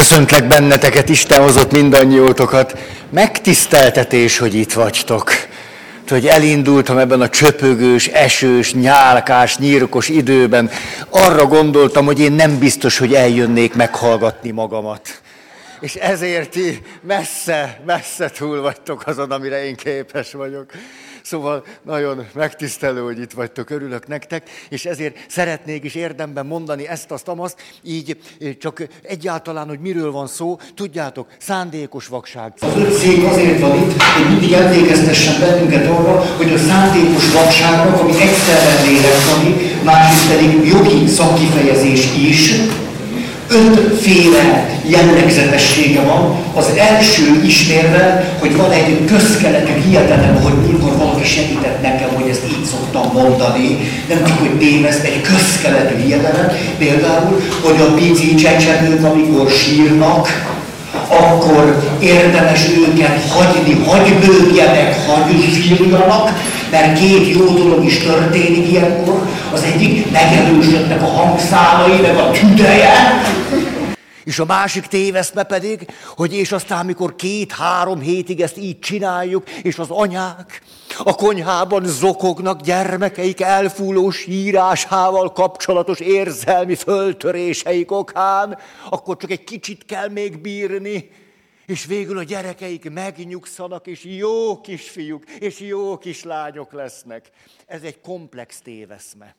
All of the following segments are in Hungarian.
Köszöntlek benneteket, Isten hozott mindannyiótokat. Megtiszteltetés, hogy itt vagytok. Hogy elindultam ebben a csöpögős, esős, nyálkás, nyírkos időben. Arra gondoltam, hogy én nem biztos, hogy eljönnék meghallgatni magamat. És ezért ti messze túl vagytok azon, amire én képes vagyok. Szóval nagyon megtisztelő, hogy itt vagytok, örülök nektek, és ezért szeretnék is érdemben mondani ezt-azt, így csak egyáltalán, hogy miről van szó, tudjátok, szándékos vakság. Az 5 szék azért van itt, hogy mindig emlékeztessen bennünket arra, hogy a szándékos vakságnak, ami egyszerre lélektani, másrészt pedig jogi szakkifejezés is, 5 féle jellegzetessége van. Az első ismérve, hogy van egy közkeletű hiedelem, hogy múltkor valaki segített nekem, hogy ezt így szoktam mondani, nem csak, hogy téveszt, egy közkeletű hiedelem, például, hogy a pici csecsemők, amikor sírnak, akkor érdemes őket hagyni, hagy bőgjenek, hagy sírjanak, mert 2 jó dolog is történik ilyenkor. Az egyik, megerősödnek a hangszálai, meg a tüdeje. És a másik téveszme pedig, hogy és aztán, amikor 2-3 hétig ezt így csináljuk, és az anyák a konyhában zokognak gyermekeik elfúló sírásával kapcsolatos érzelmi föltöréseik okán, akkor csak egy kicsit kell még bírni, és végül a gyerekeik megnyugszanak, és jó kisfiúk, és jó kislányok lesznek. Ez egy komplex téveszme.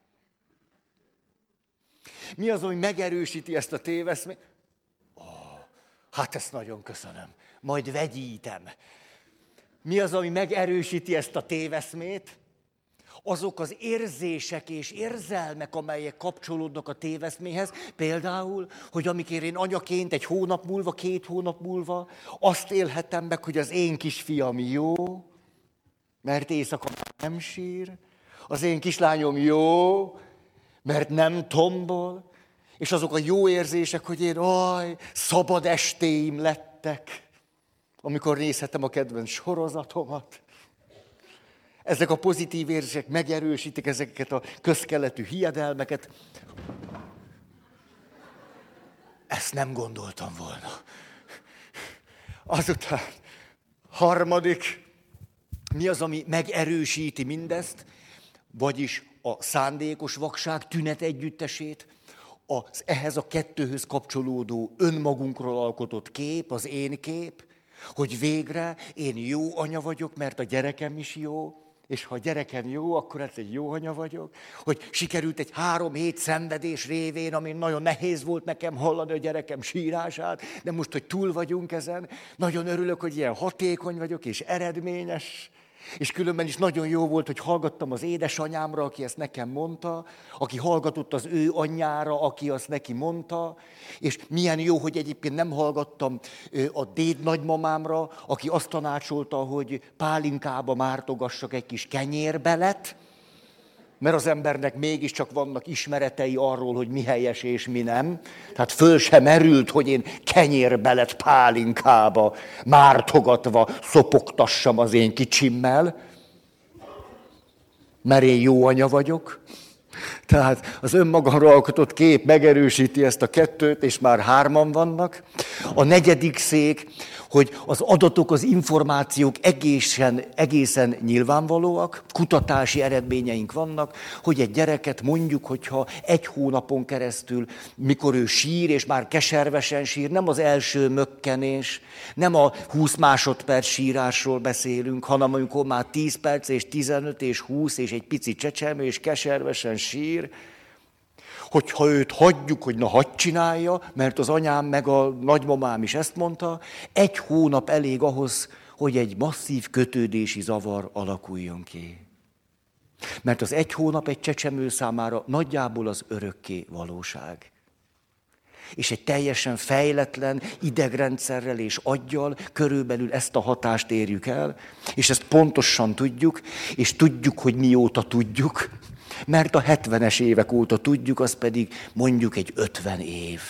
Mi az, ami megerősíti ezt a téveszmét? Hát ezt nagyon köszönöm. Majd vegyítem. Mi az, ami megerősíti ezt a téveszmét? Azok az érzések és érzelmek, amelyek kapcsolódnak a téveszméhez, például, hogy amikor én anyaként 1 hónap múlva, 2 hónap múlva azt élhetem meg, hogy az én kisfiam jó, mert éjszaka nem sír, az én kislányom jó, mert nem tombol, és azok a jó érzések, hogy én, szabad estéim lettek, amikor nézhetem a kedvenc sorozatomat. Ezek a pozitív érzések megerősítik ezeket a közkeletű hiedelmeket. Ezt nem gondoltam volna. Azután, harmadik, mi az, ami megerősíti mindezt? Vagyis a szándékos vakság tünet együttesét, az ehhez a 2-höz kapcsolódó önmagunkról alkotott kép, az én kép, hogy végre én jó anya vagyok, mert a gyerekem is jó, és ha a gyerekem jó, akkor ez egy jó anya vagyok, hogy sikerült egy 3 hét szenvedés révén, ami nagyon nehéz volt nekem hallani a gyerekem sírását, de most, hogy túl vagyunk ezen, nagyon örülök, hogy ilyen hatékony vagyok és eredményes, és különben is nagyon jó volt, hogy hallgattam az édesanyámra, aki ezt nekem mondta, aki hallgatott az ő anyjára, aki azt neki mondta, és milyen jó, hogy egyébként nem hallgattam a déd nagymamámra, aki azt tanácsolta, hogy pálinkába mártogassak egy kis kenyérbelet, mert az embernek mégiscsak vannak ismeretei arról, hogy mi helyes és mi nem. Tehát föl sem merült, hogy én kenyérbelet pálinkába mártogatva szopogtassam az én kicsimmel, mert én jó anya vagyok. Tehát az önmagamra alkotott kép megerősíti ezt a 2-t, és már 3-an vannak. A 4. szék, hogy az adatok, az információk egészen nyilvánvalóak, kutatási eredményeink vannak, hogy egy gyereket mondjuk, hogyha 1 hónapon keresztül, mikor ő sír, és már keservesen sír, nem az első mökkenés, nem a 20 másodperc sírásról beszélünk, hanem amikor már 10 perc, és 15, és 20, és egy pici csecsemő, és keservesen sír, hogyha őt hagyjuk, hogy hadd csinálja, mert az anyám meg a nagymamám is ezt mondta, 1 hónap elég ahhoz, hogy egy masszív kötődési zavar alakuljon ki. Mert az 1 hónap egy csecsemő számára nagyjából az örökké valóság. És egy teljesen fejletlen idegrendszerrel és aggyal körülbelül ezt a hatást érjük el, és ezt pontosan tudjuk, és tudjuk, hogy mióta tudjuk, mert a 70-es évek óta tudjuk, az pedig mondjuk egy 50 év.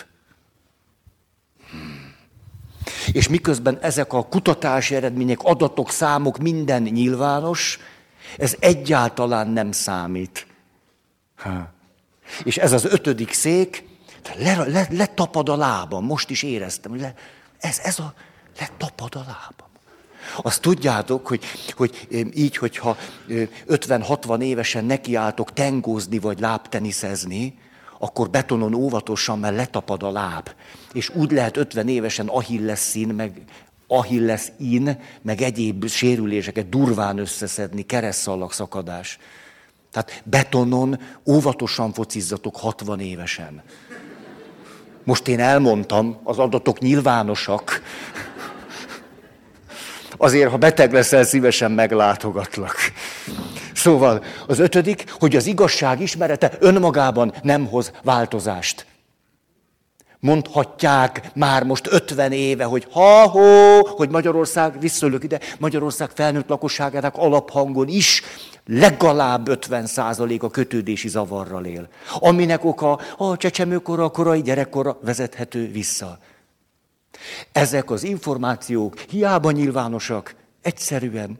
És miközben ezek a kutatási eredmények, adatok, számok, minden nyilvános, ez egyáltalán nem számít. És ez az 5. szék, Letapad a lábam, most is éreztem, hogy letapad a lábam. Azt tudjátok, hogy így, hogyha 50-60 évesen nekiálltok tengózni vagy lábteniszezni, akkor betonon óvatosan, mert letapad a láb. És úgy lehet 50 évesen Achilles-in, meg egyéb sérüléseket durván összeszedni, keresztszalagszakadás. Tehát betonon óvatosan focizzatok 60 évesen. Most én elmondtam, az adatok nyilvánosak. Azért, ha beteg leszel, szívesen meglátogatlak. Szóval az 5., hogy az igazság ismerete önmagában nem hoz változást. Mondhatják már most 50 éve, hogy hogy Magyarország, visszölök ide, Magyarország felnőtt lakosságának alaphangon is legalább 50% a kötődési zavarral él. Aminek oka a csecsemőkora, a korai gyerekkora vezethető vissza. Ezek az információk hiába nyilvánosak, egyszerűen.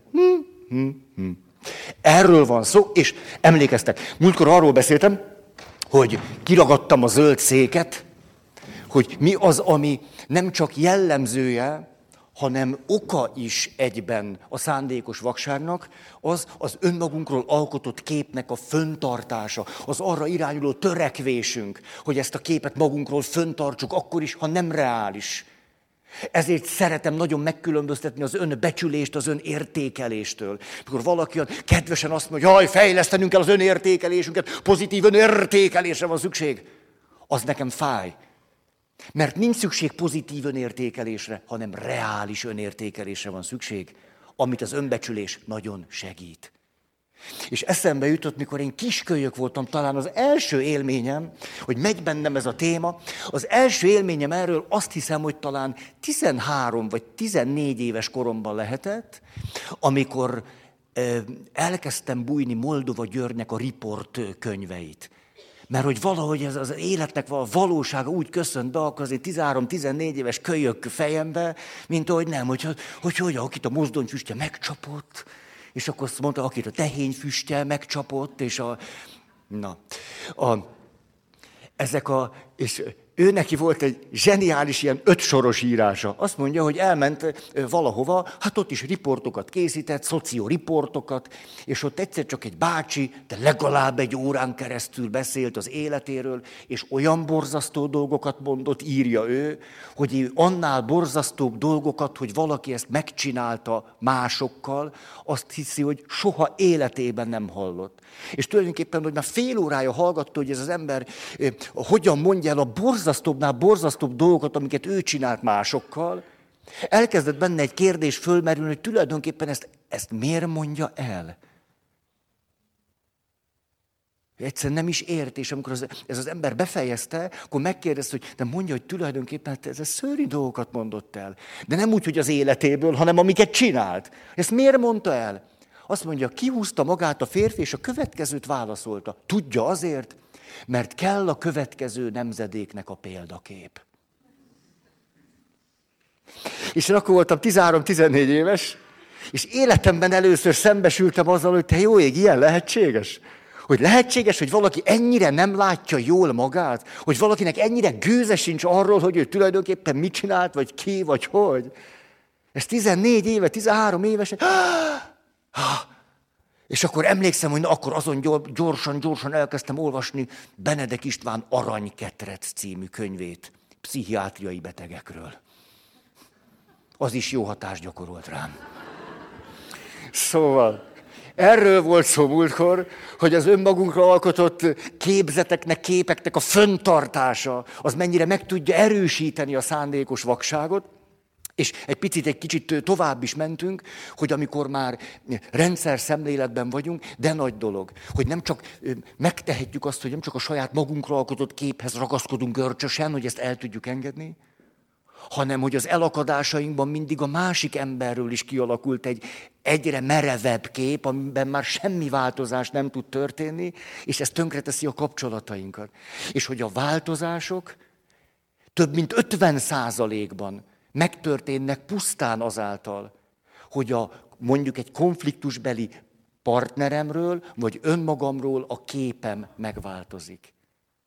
Erről van szó, és emlékeztek, múltkor arról beszéltem, hogy kiragadtam a zöld széket, hogy mi az, ami nem csak jellemzője, hanem oka is egyben a szándékos vakságnak, az önmagunkról alkotott képnek a föntartása, az arra irányuló törekvésünk, hogy ezt a képet magunkról föntartsuk, akkor is, ha nem reális. Ezért szeretem nagyon megkülönböztetni az önbecsülést az önértékeléstől. Mikor valaki kedvesen azt mondja, hogy fejlesztenünk kell az önértékelésünket, pozitív önértékelésre van szükség, az nekem fáj. Mert nincs szükség pozitív önértékelésre, hanem reális önértékelésre van szükség, amit az önbecsülés nagyon segít. És eszembe jutott, mikor én kiskölyök voltam, talán az első élményem, hogy megy bennem ez a téma, az első élményem erről azt hiszem, hogy talán 13 vagy 14 éves koromban lehetett, amikor elkezdtem bújni Moldova Györgynek a Riport könyveit. Mert hogy valahogy ez az életnek a valósága úgy köszönt be, akkor azért 13-14 éves kölyök fejembe, mint ahogy nem, hogy akit a mozdonyfüstje megcsapott, és akkor azt mondta, akit a tehényfüstje megcsapott, és és ő neki volt egy zseniális ilyen 5 soros írása. Azt mondja, hogy elment valahova, hát ott is riportokat készített, szocioriportokat, és ott egyszer csak egy bácsi, de legalább egy órán keresztül beszélt az életéről, és olyan borzasztó dolgokat mondott, írja ő, hogy ő annál borzasztóbb dolgokat, hogy valaki ezt megcsinálta másokkal, azt hiszi, hogy soha életében nem hallott. És tulajdonképpen, hogy már fél órája hallgatta, hogy ez az ember hogyan mondja el a borzasztóbbnál borzasztóbb dolgokat, amiket ő csinált másokkal, elkezdett benne egy kérdés fölmerülni, hogy tulajdonképpen ezt miért mondja el? Egyszerűen nem is ért, és amikor ez az ember befejezte, akkor megkérdezte, hogy de mondja, hogy tulajdonképpen ez szörnyű dolgokat mondott el. De nem úgy, hogy az életéből, hanem amiket csinált. Ezt miért mondta el? Azt mondja, kihúzta magát a férfi, és a következőt válaszolta. Tudja azért, mert kell a következő nemzedéknek a példakép. És én akkor voltam 13-14 éves, és életemben először szembesültem azzal, hogy te jó ég, ilyen lehetséges? Hogy lehetséges, hogy valaki ennyire nem látja jól magát? Hogy valakinek ennyire gőze sincs arról, hogy ő tulajdonképpen mit csinált, vagy ki, vagy hogy? Ez 14 éve, 13 évesen. És akkor emlékszem, hogy akkor azon gyorsan elkezdtem olvasni Benedek István Aranyketrec című könyvét, pszichiátriai betegekről. Az is jó hatást gyakorolt rám. Szóval, erről volt szó múltkor, hogy az önmagunkra alkotott képzeteknek, képeknek a fenntartása, az mennyire meg tudja erősíteni a szándékos vakságot, és egy kicsit tovább is mentünk, hogy amikor már rendszer szemléletben vagyunk, de nagy dolog, hogy nem csak megtehetjük azt, hogy nem csak a saját magunkra alkotott képhez ragaszkodunk görcsösen, hogy ezt el tudjuk engedni, hanem hogy az elakadásainkban mindig a másik emberről is kialakult egy egyre merevebb kép, amiben már semmi változás nem tud történni, és ez tönkreteszi a kapcsolatainkat. És hogy a változások több mint 50%-ban megtörténnek pusztán azáltal, hogy mondjuk egy konfliktusbeli partneremről, vagy önmagamról a képem megváltozik.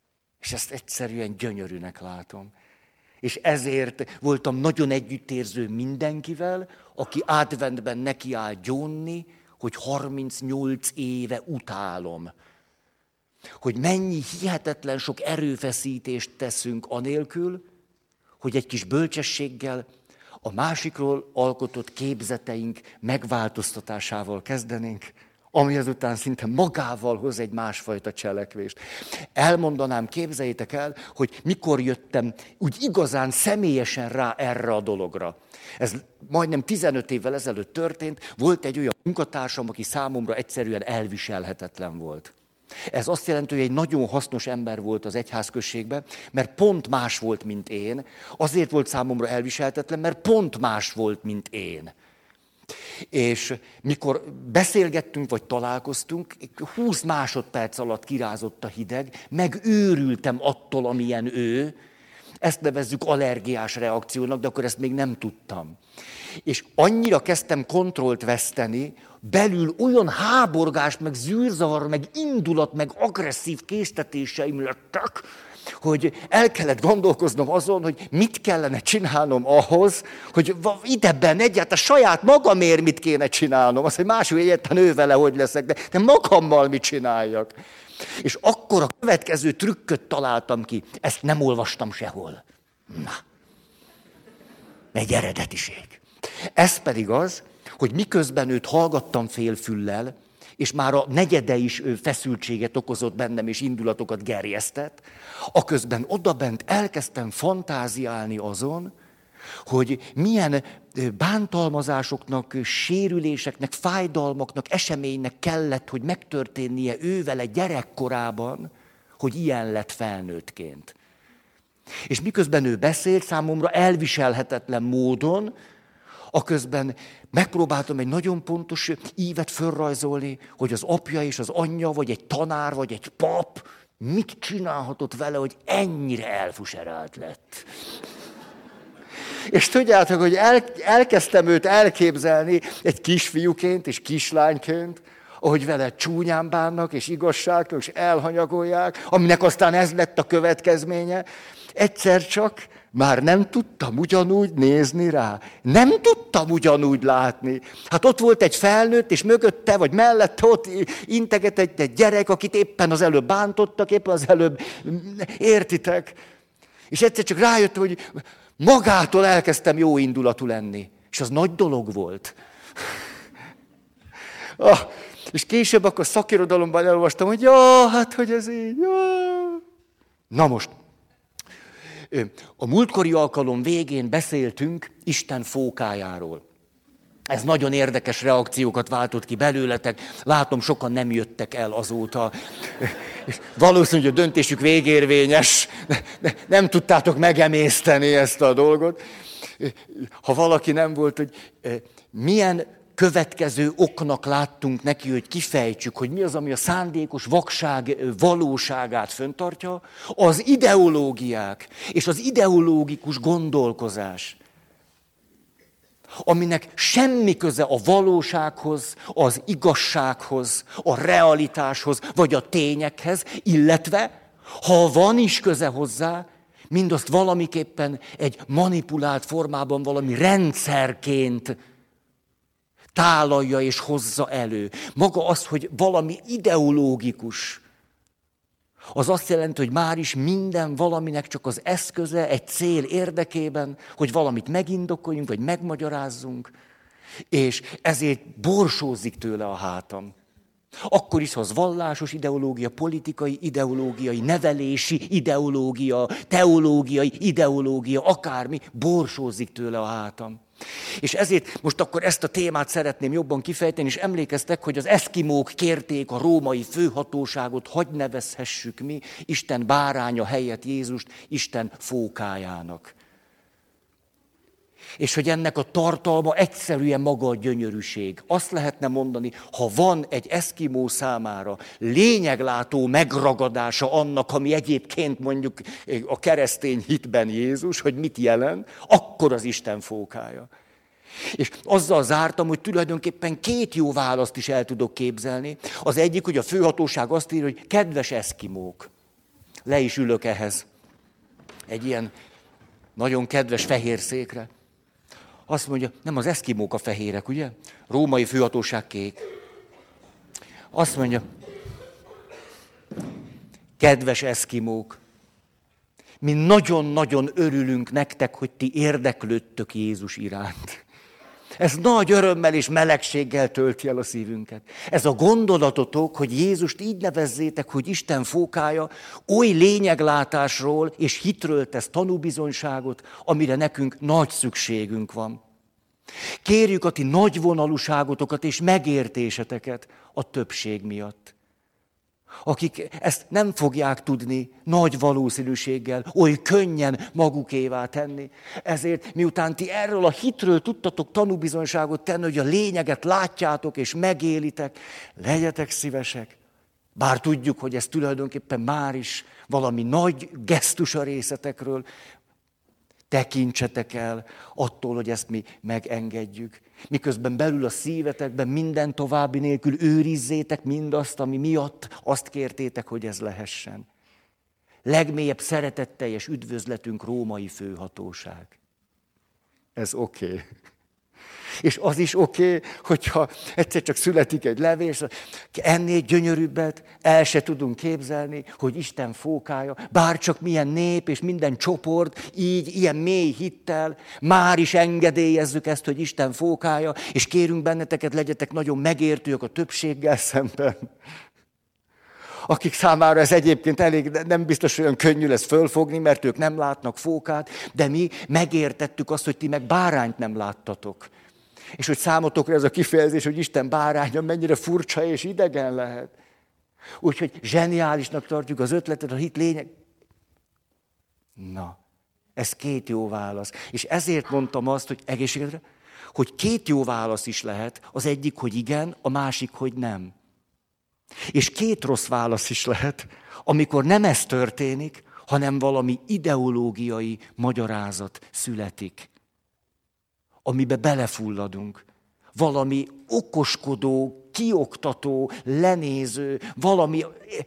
És ezt egyszerűen gyönyörűnek látom. És ezért voltam nagyon együttérző mindenkivel, aki adventben nekiáll gyónni, hogy 38 éve utálom. Hogy mennyi hihetetlen sok erőfeszítést teszünk anélkül, hogy egy kis bölcsességgel a másikról alkotott képzeteink megváltoztatásával kezdenénk, ami azután szinte magával hoz egy másfajta cselekvést. Elmondanám, képzeljétek el, hogy mikor jöttem úgy igazán személyesen rá erre a dologra. Ez majdnem 15 évvel ezelőtt történt, volt egy olyan munkatársam, aki számomra egyszerűen elviselhetetlen volt. Ez azt jelenti, hogy egy nagyon hasznos ember volt az egyházközségben, mert pont más volt, mint én. Azért volt számomra elviselhetetlen, mert pont más volt, mint én. És mikor beszélgettünk, vagy találkoztunk, 20 másodperc alatt kirázott a hideg, megőrültem attól, amilyen ő. Ezt nevezzük allergiás reakciónak, de akkor ezt még nem tudtam. És annyira kezdtem kontrollt veszteni, belül olyan háborgás, meg zűrzavar, meg indulat, meg agresszív késztetéseim lettek, hogy el kellett gondolkoznom azon, hogy mit kellene csinálnom ahhoz, hogy idebben egyáltalán saját magamért mit kéne csinálnom. Az, hogy máshogy egyáltalán ő vele hogy leszek, de magammal mit csináljak. És akkor a következő trükköt találtam ki. Ezt nem olvastam sehol. Na, egy eredetiség. Ez pedig az, hogy miközben őt hallgattam félfüllel, és már a negyede is feszültséget okozott bennem, és indulatokat gerjesztett, aközben odabent elkezdtem fantáziálni azon, hogy milyen bántalmazásoknak, sérüléseknek, fájdalmaknak, eseménynek kellett, hogy megtörténnie ővele gyerekkorában, hogy ilyen lett felnőttként. És miközben ő beszélt számomra elviselhetetlen módon, aközben megpróbáltam egy nagyon pontos ívet fölrajzolni, hogy az apja és az anyja, vagy egy tanár, vagy egy pap mit csinálhatott vele, hogy ennyire elfuserált lett. És tudjátok, hogy elkezdtem őt elképzelni egy kisfiúként és kislányként, ahogy vele csúnyán bánnak, és igazságtalan, és elhanyagolják, aminek aztán ez lett a következménye. Egyszer csak már nem tudtam ugyanúgy nézni rá. Nem tudtam ugyanúgy látni. Hát ott volt egy felnőtt, és mögötte, vagy mellette ott integetett egy gyerek, akit éppen az előbb bántottak, éppen az előbb, értitek? És egyszer csak rájöttem, hogy magától elkezdtem jó indulatú lenni. És az nagy dolog volt. És később akkor szakirodalomban elolvastam, hogy hát hogy ez így. Na most, a múltkori alkalom végén beszéltünk Isten fókájáról. Ez nagyon érdekes reakciókat váltott ki belőletek. Látom, sokan nem jöttek el azóta. És valószínűleg a döntésük végérvényes. Nem tudtátok megemészteni ezt a dolgot. Ha valaki nem volt, hogy milyen következő oknak láttunk neki, hogy kifejtsük, hogy mi az, ami a szándékos vakság valóságát fenntartja, az ideológiák és az ideológikus gondolkozás, aminek semmi köze a valósághoz, az igazsághoz, a realitáshoz, vagy a tényekhez, illetve, ha van is köze hozzá, mindazt valamiképpen egy manipulált formában, valami rendszerként tálalja és hozza elő. Maga az, hogy valami ideológikus, az azt jelenti, hogy már is minden valaminek csak az eszköze egy cél érdekében, hogy valamit megindokoljunk, vagy megmagyarázzunk, és ezért borsózik tőle a hátam. Akkor is, ha az vallásos ideológia, politikai ideológiai, nevelési ideológia, teológiai ideológia, akármi, borsózik tőle a hátam. És ezért most akkor ezt a témát szeretném jobban kifejteni, és emlékeztek, hogy az eszkimók kérték a római főhatóságot, hadd nevezhessük mi Isten báránya helyett Jézust Isten fókájának. És hogy ennek a tartalma egyszerűen maga a gyönyörűség. Azt lehetne mondani, ha van egy eszkimó számára lényeglátó megragadása annak, ami egyébként mondjuk a keresztény hitben Jézus, hogy mit jelent, akkor az Isten fókája. És azzal zártam, hogy tulajdonképpen két jó választ is el tudok képzelni. Az egyik, hogy a főhatóság azt írja, hogy kedves eszkimók, Le is ülök ehhez. Egy ilyen nagyon kedves fehér székre. Azt mondja, nem az eszkimók a fehérek, ugye? Római főhatóság kék. Azt mondja, kedves eszkimók, mi nagyon-nagyon örülünk nektek, hogy ti érdeklődtök Jézus iránt. Ez nagy örömmel és melegséggel tölti el a szívünket. Ez a gondolatotok, hogy Jézust így nevezzétek, hogy Isten fókája, oly lényeglátásról és hitről tesz tanúbizonyságot, amire nekünk nagy szükségünk van. Kérjük a ti nagyvonalúságotokat és megértéseteket a többség miatt. Akik ezt nem fogják tudni nagy valószínűséggel, oly könnyen magukévá tenni. Ezért miután ti erről a hitről tudtatok tanúbizonyságot tenni, hogy a lényeget látjátok és megélitek, legyetek szívesek. Bár tudjuk, hogy ez tulajdonképpen már is valami nagy gesztus a részetekről, tekintsetek el attól, hogy ezt mi megengedjük. Miközben belül a szívetekben minden további nélkül őrizzétek mindazt, ami miatt azt kértétek, hogy ez lehessen. Legmélyebb szeretetteljes üdvözletünk római főhatóság. Ez oké. És az is oké, hogyha egyszer csak születik egy levél, ennél gyönyörűbbet el se tudunk képzelni, hogy Isten fókája, bárcsak milyen nép és minden csoport, így ilyen mély hittel, már is engedélyezzük ezt, hogy Isten fókája, és kérünk benneteket, legyetek nagyon megértőek a többséggel szemben. Akik számára ez egyébként elég, nem biztos olyan könnyű lesz fölfogni, mert ők nem látnak fókát, de mi megértettük azt, hogy ti meg bárányt nem láttatok. És hogy számotokra ez a kifejezés, hogy Isten báránya mennyire furcsa és idegen lehet. Úgyhogy zseniálisnak tartjuk az ötletet, a hit lényeg. Na, ez két jó válasz. És ezért mondtam azt, hogy egészségedre, hogy két jó válasz is lehet. Az egyik, hogy igen, a másik, hogy nem. És két rossz válasz is lehet, amikor nem ez történik, hanem valami ideológiai magyarázat születik, amiben belefulladunk. Valami okoskodó, kioktató, lenéző, valami...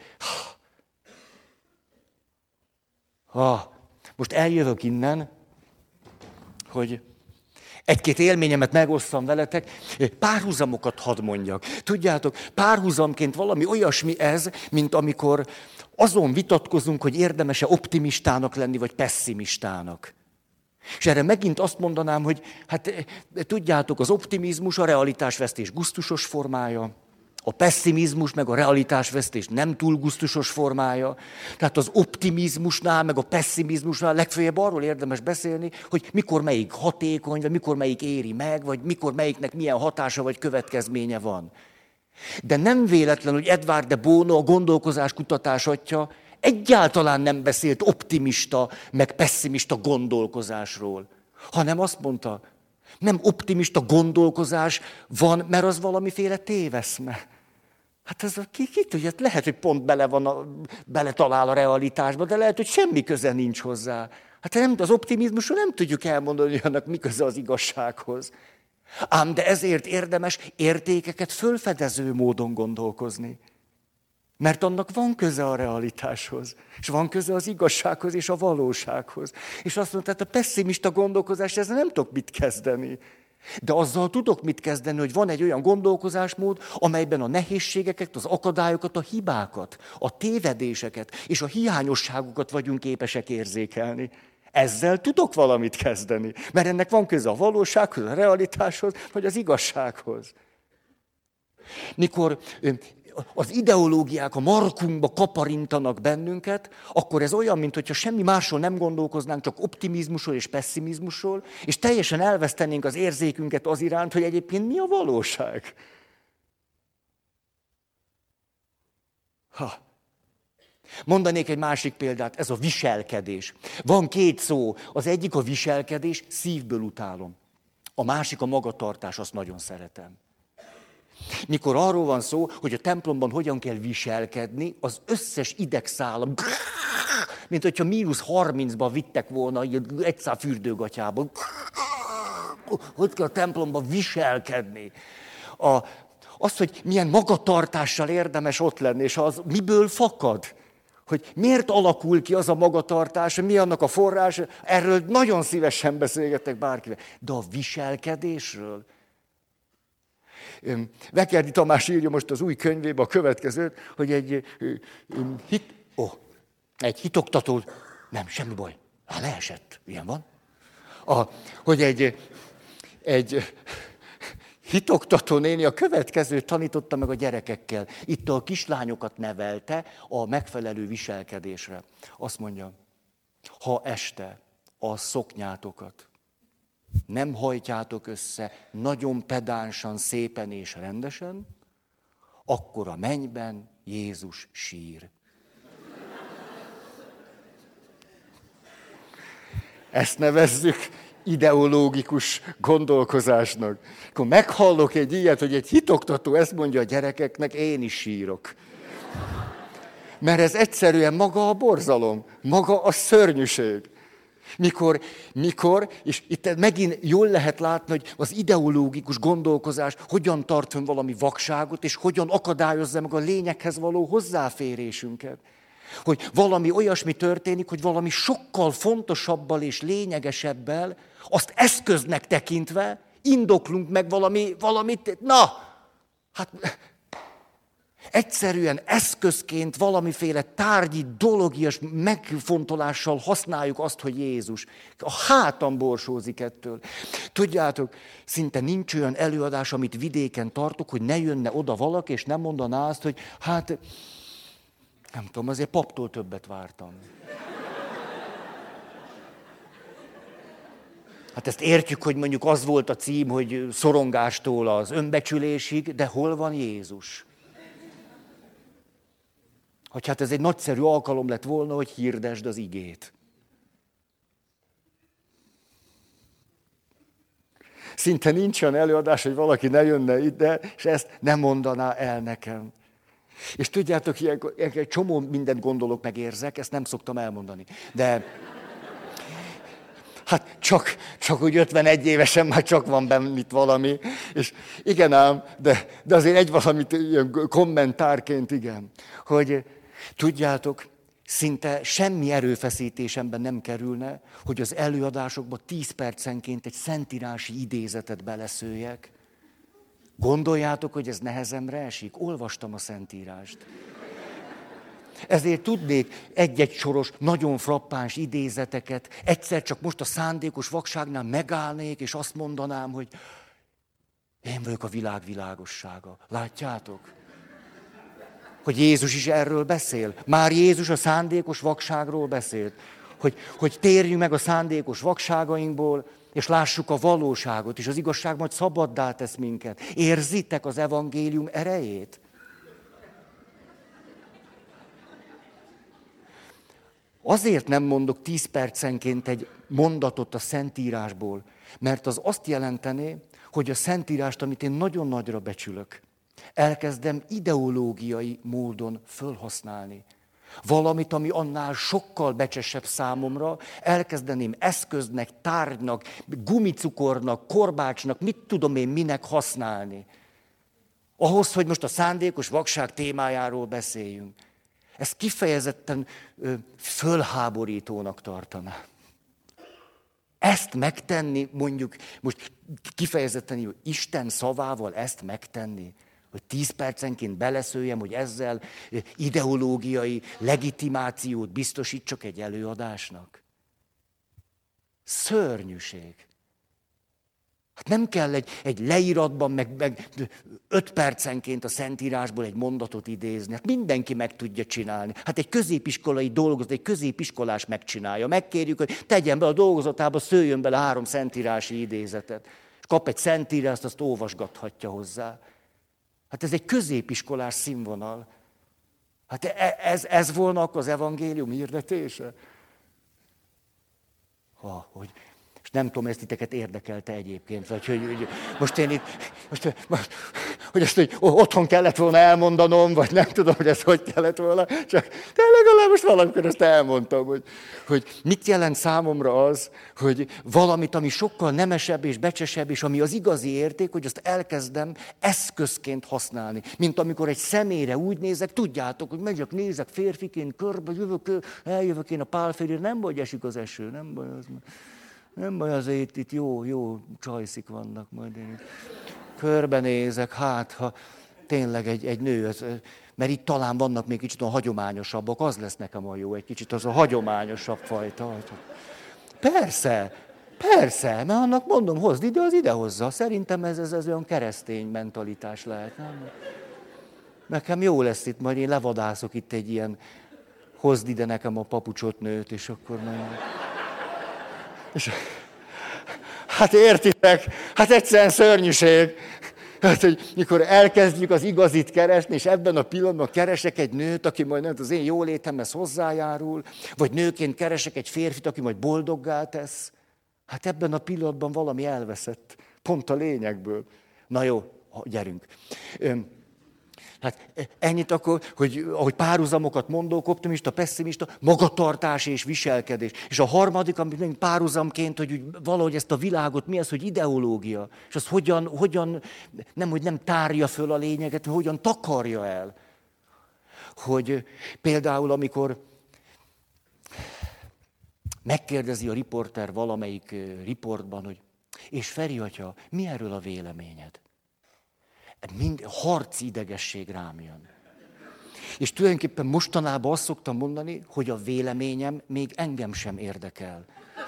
Most eljövök innen, hogy egy-két élményemet megosztam veletek, párhuzamokat hadd mondjak. Tudjátok, párhuzamként valami olyasmi ez, mint amikor azon vitatkozunk, hogy érdemes-e optimistának lenni, vagy pesszimistának. És erre megint azt mondanám, hogy hát tudjátok, az optimizmus a realitásvesztés gusztusos formája, a pesszimizmus meg a realitásvesztés nem túl gusztusos formája. Tehát az optimizmusnál, meg a pesszimizmusnál legfeljebb arról érdemes beszélni, hogy mikor melyik hatékony, vagy mikor melyik éri meg, vagy mikor melyiknek milyen hatása vagy következménye van. De nem véletlen, hogy Edward de Bono, a gondolkozás kutatás atya, egyáltalán nem beszélt optimista, meg pesszimista gondolkozásról, hanem azt mondta, nem optimista gondolkozás van, mert az valamiféle téveszme. Hát ez ki tudja, lehet, hogy pont beletalál a realitásba, de lehet, hogy semmi köze nincs hozzá. Hát nem, az optimizmusról nem tudjuk elmondani, hogy annak mi köze az igazsághoz. Ám de ezért érdemes értékeket fölfedező módon gondolkozni. Mert annak van köze a realitáshoz, és van köze az igazsághoz és a valósághoz. És azt mondta, hát a pesszimista gondolkozás, ezzel nem tudok mit kezdeni. De azzal tudok mit kezdeni, hogy van egy olyan gondolkozásmód, amelyben a nehézségeket, az akadályokat, a hibákat, a tévedéseket és a hiányosságokat vagyunk képesek érzékelni. Ezzel tudok valamit kezdeni, mert ennek van köze a valósághoz, a realitáshoz, vagy az igazsághoz. Mikor az ideológiák a markunkba kaparintanak bennünket, akkor ez olyan, mintha semmi másról nem gondolkoznánk, csak optimizmusról és pesszimizmusról, és teljesen elvesztenénk az érzékünket az iránt, hogy egyébként mi a valóság. Mondanék egy másik példát, ez a viselkedés. Van két szó, az egyik a viselkedés, szívből utálom. A másik a magatartás, azt nagyon szeretem. Mikor arról van szó, hogy a templomban hogyan kell viselkedni, az összes idegszálam, mint hogyha -30-ba vittek volna egy szál fürdőgatyába. Hogy kell a templomban viselkedni? Az, hogy milyen magatartással érdemes ott lenni, és az miből fakad? Hogy miért alakul ki az a magatartás, mi annak a forrása, erről nagyon szívesen beszélgetek bárkivel. De a viselkedésről? Vekerdi Tamás írja most az új könyvébe a következőt, hogy egy hitoktató, nem, semmi baj, leesett, ilyen van, hogy egy hitoktató néni a következőt tanította meg a gyerekekkel. Itt a kislányokat nevelte a megfelelő viselkedésre. Azt mondja, ha este a szoknyátokat nem hajtjátok össze nagyon pedánsan, szépen és rendesen, akkor a mennyben Jézus sír. Ezt nevezzük ideológikus gondolkozásnak. Akkor meghallok egy ilyet, hogy egy hitoktató ezt mondja a gyerekeknek, én is sírok. Mert ez egyszerűen maga a borzalom, maga a szörnyűség. Mikor, és itt megint jól lehet látni, hogy az ideológikus gondolkozás hogyan tart fönn valami vakságot, és hogyan akadályozza meg a lényekhez való hozzáférésünket. Hogy valami olyasmi történik, hogy valami sokkal fontosabbal és lényegesebbel, azt eszköznek tekintve indoklunk meg valamit, hát egyszerűen eszközként valamiféle tárgyi, dologias megfontolással használjuk azt, hogy Jézus. A hátam borsózik ettől. Tudjátok, szinte nincs olyan előadás, amit vidéken tartok, hogy ne jönne oda valaki, és nem mondaná azt, hogy hát, nem tudom, azért paptól többet vártam. Hát ezt értjük, hogy mondjuk az volt a cím, hogy szorongástól az önbecsülésig, de hol van Jézus? Hogy hát ez egy nagyszerű alkalom lett volna, hogy hirdesd az igét. Szinte nincs olyan előadás, hogy valaki ne jönne ide, és ezt nem mondaná el nekem. És tudjátok, ilyenkor egy csomó mindent gondolok, megérzek, ezt nem szoktam elmondani. De hát csak úgy 51 évesen már csak van benne itt valami. És igen ám, de azért egy valamit ilyen kommentárként igen, hogy tudjátok, szinte semmi erőfeszítésemben nem kerülne, hogy az előadásokba 10 percenként egy szentírási idézetet beleszőjek. Gondoljátok, hogy ez nehezemre esik? Olvastam a Szentírást. Ezért tudnék egy-egy soros, nagyon frappáns idézeteket, egyszer csak most a szándékos vakságnál megállnék, és azt mondanám, hogy én vagyok a világ világossága. Látjátok? Hogy Jézus is erről beszél. Már Jézus a szándékos vakságról beszélt. Hogy térjünk meg a szándékos vakságainkból, és lássuk a valóságot, és az igazság majd szabaddá tesz minket. Érzitek az evangélium erejét? Azért nem mondok 10 percenként egy mondatot a Szentírásból, mert az azt jelentené, hogy a Szentírást, amit én nagyon nagyra becsülök, elkezdem ideológiai módon fölhasználni. Valamit, ami annál sokkal becsesebb számomra, elkezdeném eszköznek, tárgynak, gumicukornak, korbácsnak, mit tudom én minek használni. Ahhoz, hogy most a szándékos vakság témájáról beszéljünk. Ezt kifejezetten fölháborítónak tartaná. Ezt megtenni, mondjuk, most kifejezetten hogy Isten szavával ezt megtenni, hogy 10 percenként beleszőjem, hogy ezzel ideológiai legitimációt biztosítsak egy előadásnak. Szörnyűség. Hát nem kell egy leíratban, meg 5 percenként a Szentírásból egy mondatot idézni. Hát mindenki meg tudja csinálni. Hát egy középiskolai dolgozat, egy középiskolás megcsinálja. Megkérjük, hogy tegyen be a dolgozatába, szőjön bele 3 szentírási idézetet. És kap egy szentírást, azt olvasgathatja hozzá. Hát ez egy középiskolás színvonal. Hát ez volna akkor az evangélium hirdetése? És nem tudom, ezt titeket érdekelte egyébként, vagy hogy most én itt, hogy ezt hogy otthon kellett volna elmondanom, vagy nem tudom, hogy ezt hogy kellett volna, csak de legalább most valamikor ezt elmondtam, hogy mit jelent számomra az, hogy valamit, ami sokkal nemesebb és becsesebb, és ami az igazi érték, hogy azt elkezdem eszközként használni. Mint amikor egy személyre úgy nézek, tudjátok, hogy megyek, nézek férfiként, körbe, eljövök én a pálférjére, nem baj, hogy esik az eső, nem baj az. Nem baj, azért itt jó csajszik vannak, majd én körbenézek, hát ha tényleg egy nő, mert itt talán vannak még kicsit a hagyományosabbak, az lesz nekem a jó, egy kicsit az a hagyományosabb fajta. Persze, mert annak mondom, hozd ide, az ide hozza. Szerintem ez olyan keresztény mentalitás lehet, nem? Nekem jó lesz itt, majd én levadászok itt egy ilyen, hozd ide nekem a papucsot nőt, és akkor majd... És, hát értitek, hát egyszerűen szörnyűség. Hát, hogy mikor elkezdjük az igazit keresni, és ebben a pillanatban keresek egy nőt, aki majd az én jólétemhez hozzájárul, vagy nőként keresek egy férfit, aki majd boldoggá tesz. Hát ebben a pillanatban valami elveszett, pont a lényegből. Na jó, gyerünk. Hát ennyit akkor, hogy ahogy párhuzamokat mondok, optimista, pesszimista, magatartás és viselkedés. És a harmadik, amit párhuzamként, hogy valahogy ezt a világot, mi az, hogy ideológia, és az hogyan nem, hogy nem tárja föl a lényeget, hogy hogyan takarja el. Hogy például, amikor megkérdezi a riporter valamelyik riportban, hogy és Feri atya, mi erről a véleményed? Harci idegesség rám jön. És tulajdonképpen mostanában azt szoktam mondani, hogy a véleményem még engem sem érdekel.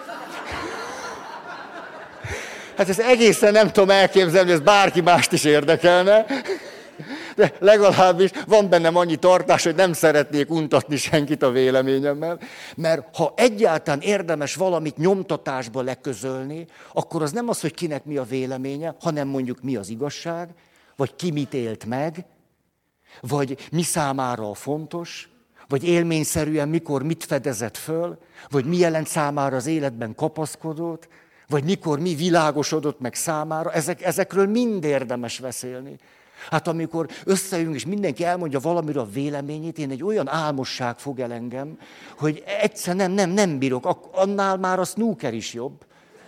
Hát ezt egészen nem tudom elképzelni, hogy ez bárki mást is érdekelne. De legalábbis van bennem annyi tartás, hogy nem szeretnék untatni senkit a véleményemmel, mert ha egyáltalán érdemes valamit nyomtatásba leközölni, akkor az nem az, hogy kinek mi a véleménye, hanem mondjuk mi az igazság, vagy ki mit élt meg, vagy mi számára a fontos, vagy élményszerűen mikor mit fedezett föl, vagy mi jelent számára az életben kapaszkodót, vagy mikor mi világosodott meg számára, ezekről mind érdemes beszélni. Hát amikor összejövünk, és mindenki elmondja valamiről a véleményét, én egy olyan álmosság fog el engem, hogy egyszerűen nem bírok, annál már a snooker is jobb.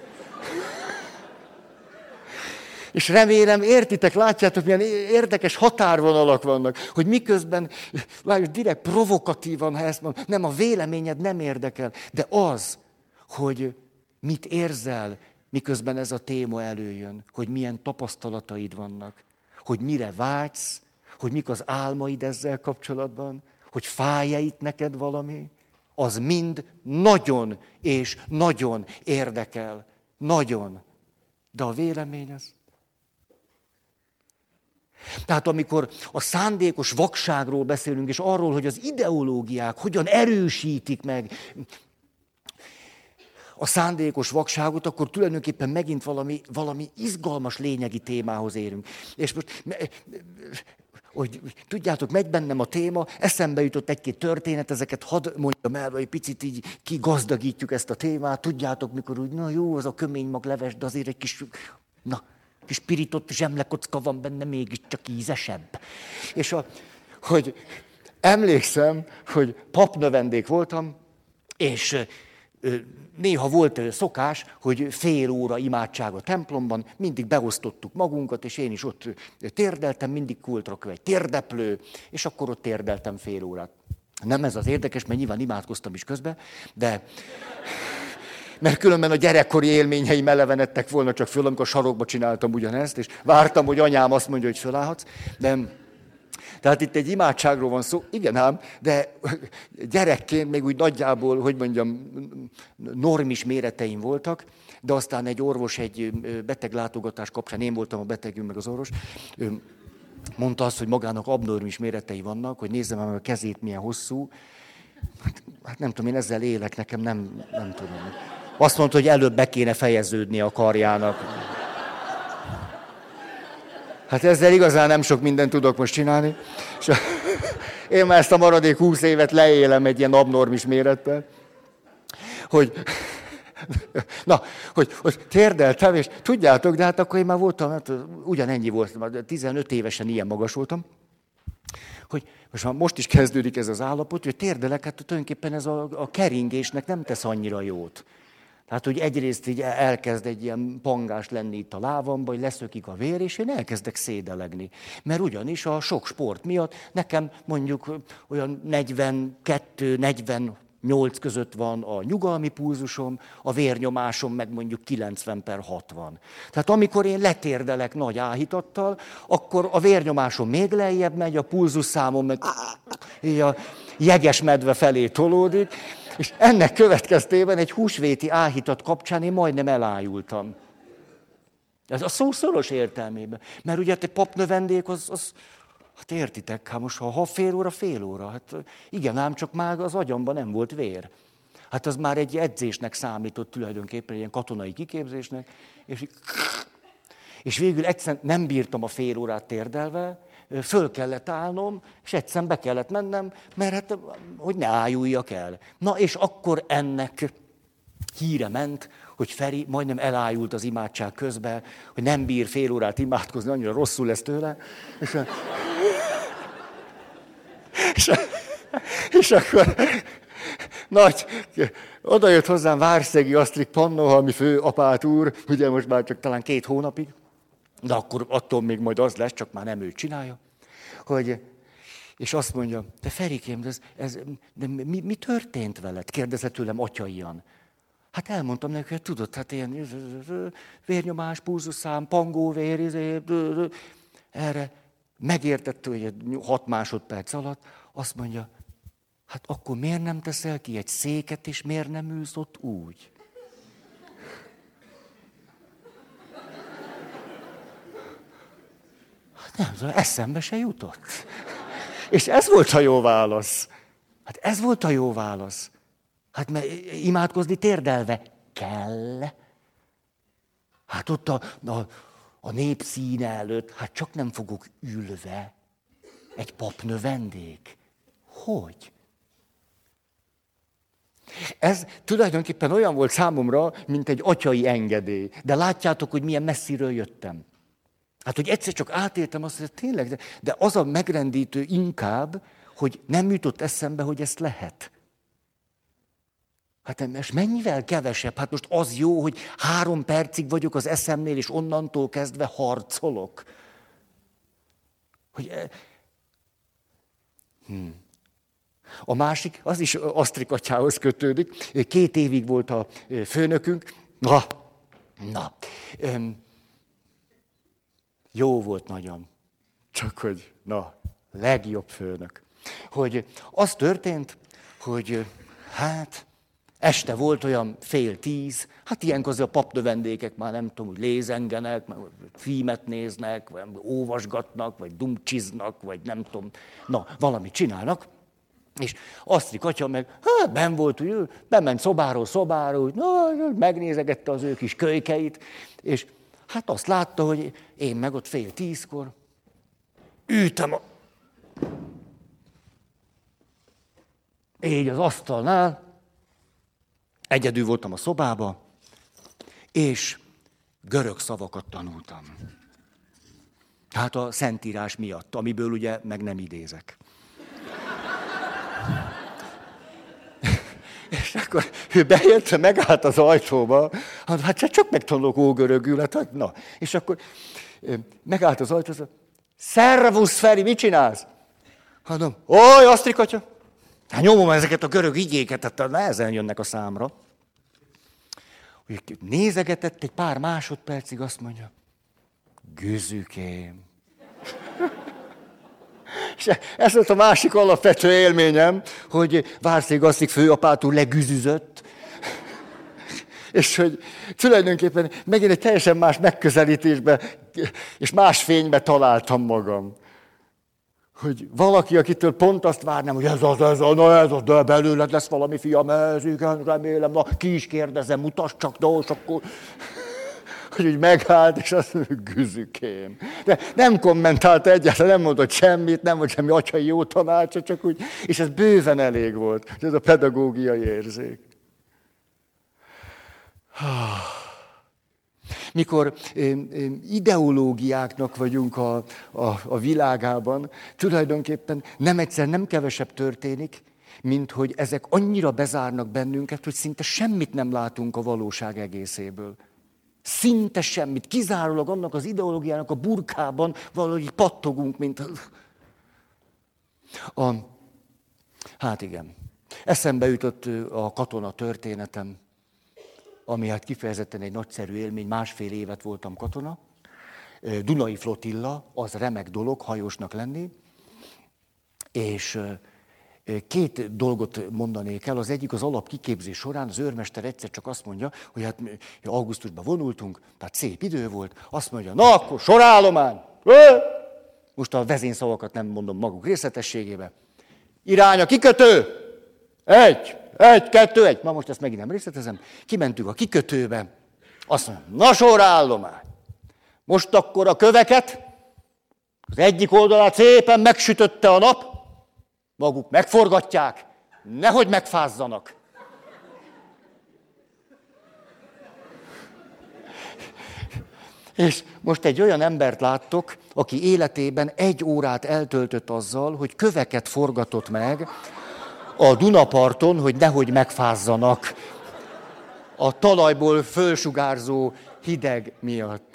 És remélem, értitek, látjátok, milyen érdekes határvonalak vannak, hogy miközben, direkt provokatívan, ha ezt mondom, nem a véleményed nem érdekel, de az, hogy mit érzel, miközben ez a téma előjön, hogy milyen tapasztalataid vannak, hogy mire vágysz, hogy mik az álmaid ezzel kapcsolatban, hogy fáj-e itt neked valami, az mind nagyon és nagyon érdekel. Nagyon. De a vélemény az... Tehát amikor a szándékos vakságról beszélünk, és arról, hogy az ideológiák hogyan erősítik meg a szándékos vakságot, akkor tulajdonképpen megint valami izgalmas lényegi témához érünk. És most, hogy tudjátok, megy bennem a téma, eszembe jutott egy-két történet, ezeket hadd mondjam el, vagy picit így kigazdagítjuk ezt a témát. Tudjátok, mikor úgy, na jó, az a köménymagleves, de azért egy kis pirított zsemlekocka van benne, mégiscsak ízesebb. És hogy emlékszem, hogy papnövendék voltam, és néha volt szokás, hogy fél óra imádság a templomban, mindig beosztottuk magunkat, és én is ott térdeltem, mindig kultra egy térdeplő, és akkor ott térdeltem fél órát. Nem ez az érdekes, mert nyilván imádkoztam is közben, de... Mert különben a gyerekkori élményeim elevenedtek volna csak föl, amikor sarokba csináltam ugyanezt, és vártam, hogy anyám azt mondja, hogy fölállhatsz. Tehát itt egy imádságról van szó, igen ám, de gyerekként még úgy nagyjából, hogy mondjam, normis méreteim voltak, de aztán egy orvos egy beteglátogatás kapcsán, én voltam a betegünk, meg az orvos, mondta azt, hogy magának abnormis méretei vannak, hogy nézzem meg a kezét milyen hosszú. Hát nem tudom, én ezzel élek, nekem nem tudom. Azt mondta, hogy előbb be kéne fejeződni a karjának. Hát ezzel igazán nem sok mindent tudok most csinálni. És én már ezt a maradék 20 évet leélem egy ilyen abnormis mérettel. Na, hogy térdeltem, és tudjátok, de hát akkor én már voltam, hát ugyanennyi voltam, 15 évesen ilyen magas voltam, hogy most is kezdődik ez az állapot, hogy térdelek, hát tulajdonképpen ez a keringésnek nem tesz annyira jót. Tehát, hogy egyrészt így elkezd egy ilyen pangás lenni itt a lábamba, hogy leszökik a vér, és én elkezdek szédelegni. Mert ugyanis a sok sport miatt nekem mondjuk olyan 42-48 között van a nyugalmi pulzusom, a vérnyomásom meg mondjuk 90/60. Tehát amikor én letérdelek nagy áhítattal, akkor a vérnyomásom még lejjebb megy, a pulzusszámom meg így a jeges medve felé tolódik, és ennek következtében egy húsvéti áhítat kapcsán én majdnem elájultam. Ez a szó szoros értelmében. Mert ugye egy papnövendék, hát értitek, hát most ha fél óra, hát igen, ám csak már az agyamban nem volt vér. Hát az már egy edzésnek számított tulajdonképpen, egy ilyen katonai kiképzésnek, és végül egyszerűen nem bírtam a fél órát térdelve, föl kellett állnom, és egyszerűen be kellett mennem, mert hát, hogy ne ájuljak el. Na, és akkor ennek híre ment, hogy Feri majdnem elájult az imádság közben, hogy nem bír fél órát imádkozni, annyira rosszul lesz tőle. És akkor oda jött hozzám Várszegi Asztrik Pannonhalmi főapát úr, ugye most már csak talán 2 hónapig, de akkor attól még majd az lesz, csak már nem ő csinálja, és azt mondja, te Ferikém, de mi történt veled? Kérdezett tőlem atyaian. Hát elmondtam neki, hogy tudod, hát ilyen vérnyomás, pulzusszám, pangóvér, erre megértette, hogy 6 másodperc alatt, azt mondja, hát akkor miért nem teszel ki egy széket, és miért nem ülsz ott úgy? Hát nem, eszembe se jutott. És ez volt a jó válasz. Hát ez volt a jó válasz. Hát mert imádkozni térdelve kell. Hát ott a népszíne előtt, hát csak nem fogok ülve. Egy papnövendék. Hogy? Ez tulajdonképpen olyan volt számomra, mint egy atyai engedély. De látjátok, hogy milyen messziről jöttem. Hát, hogy egyszer csak átéltem azt, hogy tényleg, de az a megrendítő inkább, hogy nem jutott eszembe, hogy ezt lehet. Hát most mennyivel kevesebb? Hát most az jó, hogy 3 percig vagyok az eszemnél, és onnantól kezdve harcolok. A másik, az is Asztrik atyához kötődik. 2 évig volt a főnökünk. Na. Jó volt nagyon. Csak hogy, legjobb főnök. Hogy az történt, hogy hát este volt olyan 9:30, hát ilyenkor a papnövendékek már nem tudom, hogy lézengenek, filmet néznek, vagy óvasgatnak, vagy dumcsiznak, vagy nem tudom, valamit csinálnak. És Asztrik atya meg, benn volt, úgy, bement szobáról szobára, úgy, megnézegette az ő kis kölykeit, és hát azt látta, hogy én meg ott 9:30 ültem így az asztalnál, egyedül voltam a szobába, és görög szavakat tanultam. Hát a Szentírás miatt, amiből ugye meg nem idézek. És akkor ő bejött, megállt az ajtóba, hát csak megtanulok ógörögül, hát na. És akkor megállt az ajtóba, szervusz Feri, mit csinálsz? Mondom, oj, Asztrik atya! Hát nyomom ezeket a görög igéket, hát nehezen jönnek a számra. Nézegetett egy pár másodpercig, azt mondja, Güzükém. És ez volt a másik alapvető élményem, hogy Várszegi Asztrik főapától legüzüzött, és hogy tulajdonképpen megint egy teljesen más megközelítésbe és más fénybe találtam magam. Hogy valaki, akitől pont azt várnám, hogy ez az, de belőled lesz valami fiam, ez igen, remélem, ki is kérdezem, mutasd csak, és akkor... Hogy úgy megállt, és azt mondja, Güzükém. De nem kommentálta egyáltalán, nem mondott semmit, nem volt semmi atyai jó tanácsa, csak úgy, és ez bőven elég volt, ez a pedagógiai érzék. Mikor ideológiáknak vagyunk a világában, tulajdonképpen nem egyszer, nem kevesebb történik, mint hogy ezek annyira bezárnak bennünket, hogy szinte semmit nem látunk a valóság egészéből. Szinte semmit. Kizárólag annak az ideológiának a burkában valahogy pattogunk, mint... Hát igen. Eszembe jutott a katona történetem, ami hát kifejezetten egy nagyszerű élmény. 1,5 évet voltam katona. Dunai flotilla, az remek dolog hajósnak lenni. És 2 dolgot mondanék el. Az egyik az alapkiképzés során az őrmester egyszer csak azt mondja, hogy hát augusztusban vonultunk, tehát szép idő volt. Azt mondja, na akkor sorállomány! Most a vezényszavakat nem mondom maguk részletességébe. Irány a kikötő! 1, 2, 1. Na most ezt megint nem részletezem. Kimentünk a kikötőbe. Azt mondja, na sorállomány! Most akkor a köveket, az egyik oldalát szépen megsütötte a nap, maguk megforgatják, nehogy megfázzanak. És most egy olyan embert láttok, aki életében 1 órát eltöltött azzal, hogy köveket forgatott meg a Dunaparton, hogy nehogy megfázzanak a talajból fölsugárzó hideg miatt.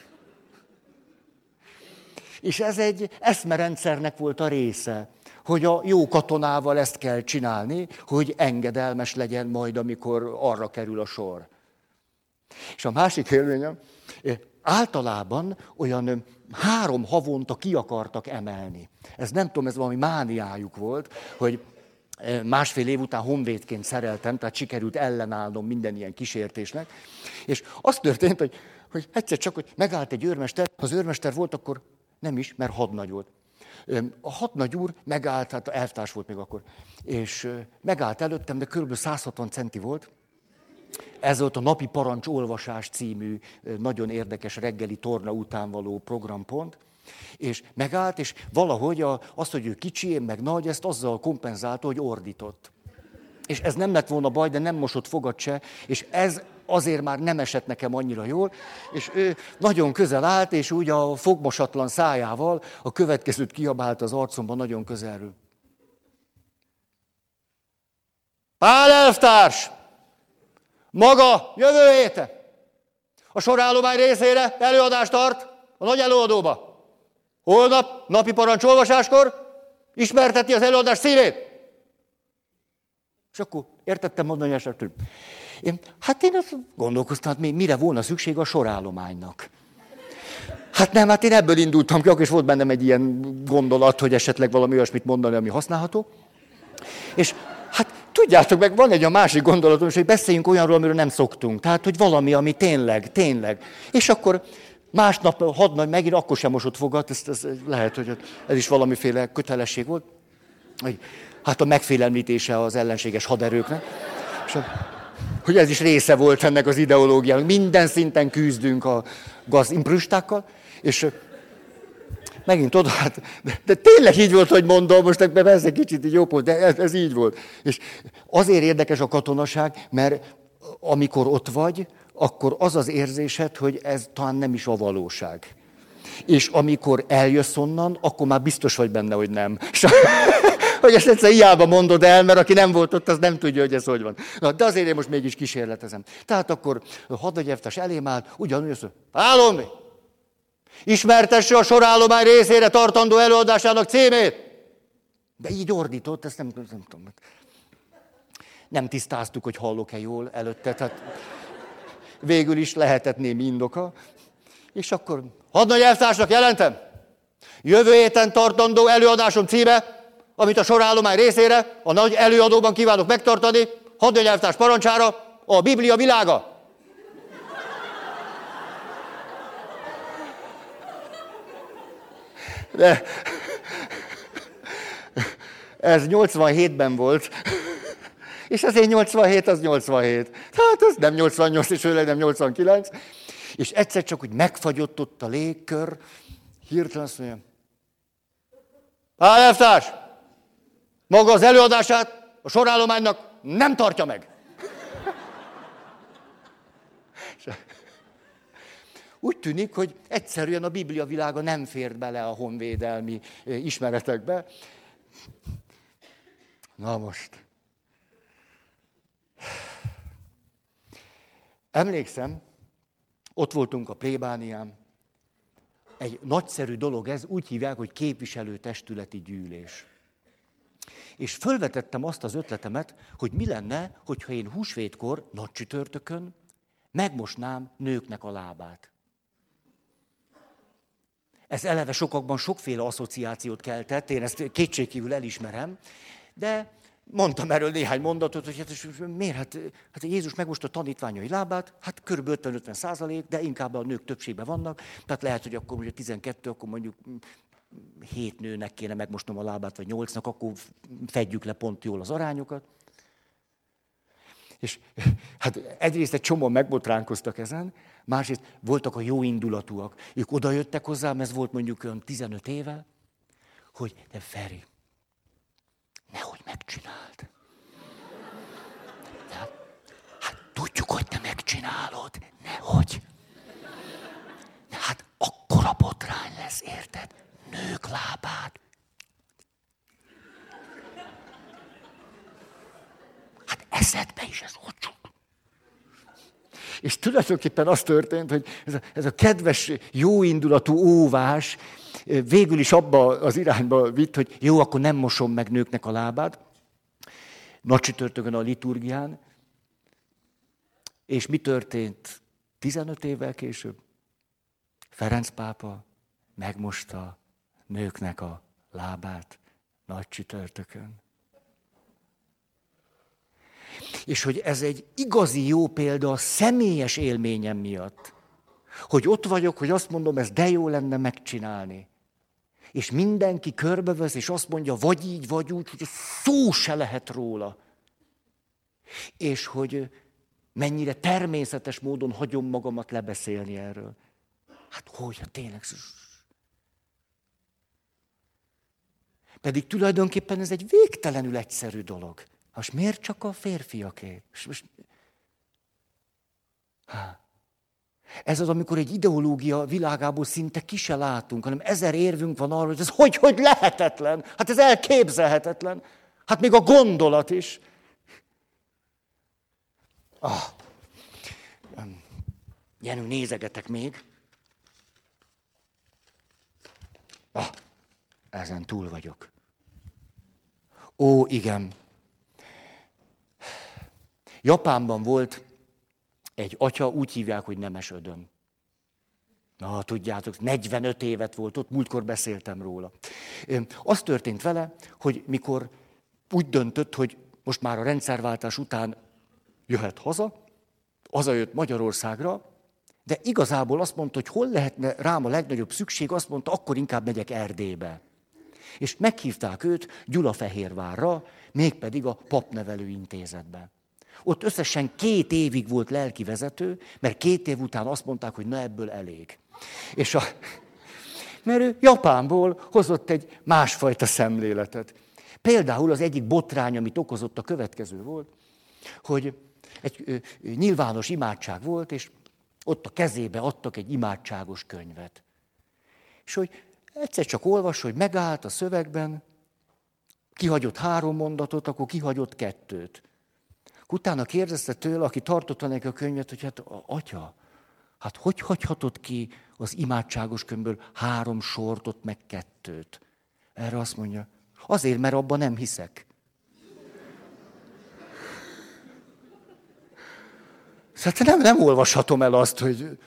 És ez egy eszmerendszernek volt a része, hogy a jó katonával ezt kell csinálni, hogy engedelmes legyen majd, amikor arra kerül a sor. És a másik élményem, általában olyan 3 havonta ki akartak emelni. Ez nem tudom, ez valami mániájuk volt, hogy 1,5 év után honvédként szereltem, tehát sikerült ellenállnom minden ilyen kísértésnek. És az történt, hogy egyszer csak, hogy megállt egy őrmester, az őrmester volt akkor, nem is, mert hadnagy volt. A hadnagy úr megállt, hát elvtárs volt még akkor, és megállt előttem, de kb. 160 centi volt. Ez volt a Napi Parancs Olvasás című nagyon érdekes reggeli torna után való programpont. És megállt, és valahogy azt, hogy ő kicsi, én meg nagy, ezt azzal kompenzálta, hogy ordított. És ez nem lett volna baj, de nem mosott fogat se, és ez azért már nem esett nekem annyira jól, és ő nagyon közel állt, és úgy a fogmosatlan szájával a következőt kiabált az arcomban nagyon közelről. Pál elvtárs! Maga jövő héten a sorállomány részére előadást tart a nagy előadóba. Holnap, napi parancs olvasáskor ismerteti az előadás színét. És akkor értettem mondani esetül. Én azt gondolkoztam, hát mire volna szükség a sorállománynak. Hát én ebből indultam ki, és volt bennem egy ilyen gondolat, hogy esetleg valami olyasmit mondani, ami használható. És hát tudjátok meg, van egy a másik gondolatom, hogy beszéljünk olyanról, amiről nem szoktunk. Tehát, hogy valami, ami tényleg. És akkor másnap hadnagy megint akkor sem mosott fogat, ez lehet, hogy ez is valamiféle kötelesség volt. Hát a megfélemlítése az ellenséges haderőknek. És hogy ez is része volt ennek az ideológiának. Minden szinten küzdünk a gazimpristákkal, és megint oda, de tényleg így volt, hogy mondom, most ez egy kicsit így jó, de ez így volt. És azért érdekes a katonaság, mert amikor ott vagy, akkor az az érzésed, hogy ez talán nem is a valóság. És amikor eljössz onnan, akkor már biztos vagy benne, hogy nem. Hogy ezt egyszer hiába mondod el, mert aki nem volt ott, az nem tudja, hogy ez hogy van. Na, de azért én most mégis kísérletezem. Tehát akkor a hadnagyelvtárs elém állt, ugyanúgy azt mondja, Pálommi, ismertesse a sorállomány részére tartandó előadásának címét. De így ordított, ezt nem tudom. Nem tisztáztuk, hogy hallok-e jól előtte, tehát végül is lehetett némi indoka. És akkor hadnagyelvtársnak jelentem, jövő héten tartandó előadásom címe, amit a sorállomány részére a nagy előadóban kívánok megtartani, hadnagyelvtárs parancsára, a Biblia világa. De ez 87-ben volt, és azért 87 az 87. Tehát ez nem 88, és főleg nem 89. És egyszer csak, hogy megfagyott ott a légkör, hirtelen azt mondja, Pál elvtárs, maga az előadását a sorállománynak nem tartja meg. úgy tűnik, hogy egyszerűen a Biblia világa nem fért bele a honvédelmi ismeretekbe. Na most. Emlékszem, ott voltunk a plébánián. Egy nagyszerű dolog ez, úgy hívják, hogy képviselőtestületi gyűlés. És fölvetettem azt az ötletemet, hogy mi lenne, hogyha én húsvétkor, nagy csütörtökön megmosnám nőknek a lábát. Ez eleve sokakban sokféle asszociációt keltett, én ezt kétségkívül elismerem, de mondtam erről néhány mondatot, hogy hát miért? Hát Jézus megmosta a tanítványai lábát, hát kb. 50-50%, de inkább a nők többségben vannak, tehát lehet, hogy akkor ugye 12, akkor mondjuk 7 nőnek kéne megmosnom a lábát, vagy 8-nak, akkor fedjük le pont jól az arányokat. És hát egyrészt egy csomóan megbotránkoztak ezen, másrészt voltak a jó indulatúak. Ők odajöttek hozzám, ez volt mondjuk olyan 15 éve, hogy de Feri, nehogy megcsináld. Hát tudjuk, hogy te megcsinálod, nehogy. Hát akkora botrány lesz, érted? Nők lábát. Hát eszedbe is ez ott. És tulajdonképpen az történt, hogy ez a kedves, jóindulatú óvás végül is abba az irányba vitt, hogy jó, akkor nem mosom meg nőknek a lábát. Nagy csütörtökön a liturgián. És mi történt 15 évvel később? Ferenc pápa megmosta nőknek a lábát nagy csütörtökön. És hogy ez egy igazi jó példa a személyes élményem miatt. Hogy ott vagyok, hogy azt mondom, ez de jó lenne megcsinálni. És mindenki körbevesz, és azt mondja, vagy így, vagy úgy, hogy szó se lehet róla. És hogy mennyire természetes módon hagyom magamat lebeszélni erről. Hát hogy, hát tényleg. Pedig tulajdonképpen ez egy végtelenül egyszerű dolog. Most miért csak a férfiaké? Ez az, amikor egy ideológia világából szinte ki se látunk, hanem 1000 érvünk van arra, hogy ez hogy lehetetlen. Hát ez elképzelhetetlen. Hát még a gondolat is. Jenő, nézegetek még. Ezen túl vagyok. Ó, igen. Japánban volt egy atya, úgy hívják, hogy Nemes Ödön. Na, tudjátok, 45 évet volt ott, múltkor beszéltem róla. Az történt vele, hogy mikor úgy döntött, hogy most már a rendszerváltás után jöhet hazajött Magyarországra, de igazából azt mondta, hogy hol lehetne rám a legnagyobb szükség, azt mondta, akkor inkább megyek Erdélybe. És meghívták őt Gyulafehérvárra, mégpedig a papnevelő intézetbe. Ott összesen 2 évig volt lelkivezető, mert 2 év után azt mondták, hogy na ebből elég. Mert ő Japánból hozott egy másfajta szemléletet. Például az egyik botrány, amit okozott, a következő volt, hogy egy nyilvános imádság volt, és ott a kezébe adtak egy imádságos könyvet. És hogy egyszer csak olvas, hogy megállt a szövegben, kihagyott 3 mondatot, akkor kihagyott 2. Utána kérdezte tőle, aki tartotta neki a könyvet, hogy hát atya, hát hogy hagyhatod ki az imádságos könyvből 3 sortot, meg 2? Erre azt mondja, azért, mert abban nem hiszek. Szóval nem olvashatom el azt, hogy...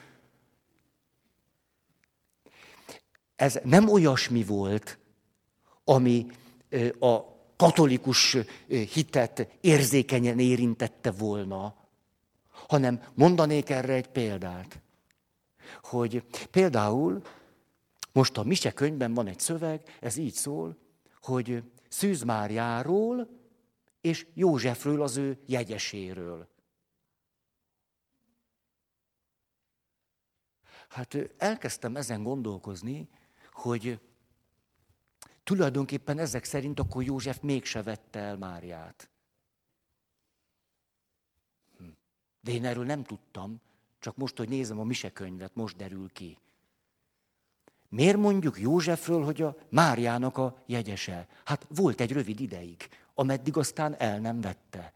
Ez nem olyasmi volt, ami a katolikus hitet érzékenyen érintette volna, hanem mondanék erre egy példát. Hogy például most a Mise könyvben van egy szöveg, ez így szól, hogy Szűz Máriáról és Józsefről, az ő jegyeséről. Hát elkezdtem ezen gondolkozni, hogy tulajdonképpen ezek szerint akkor József mégse vette el Máriát. De én erről nem tudtam, Csak most, hogy nézem a misekönyvet, most derül ki. Miért mondjuk Józsefről, hogy a Máriának a jegyese? Hát volt egy rövid ideig, ameddig aztán el nem vette.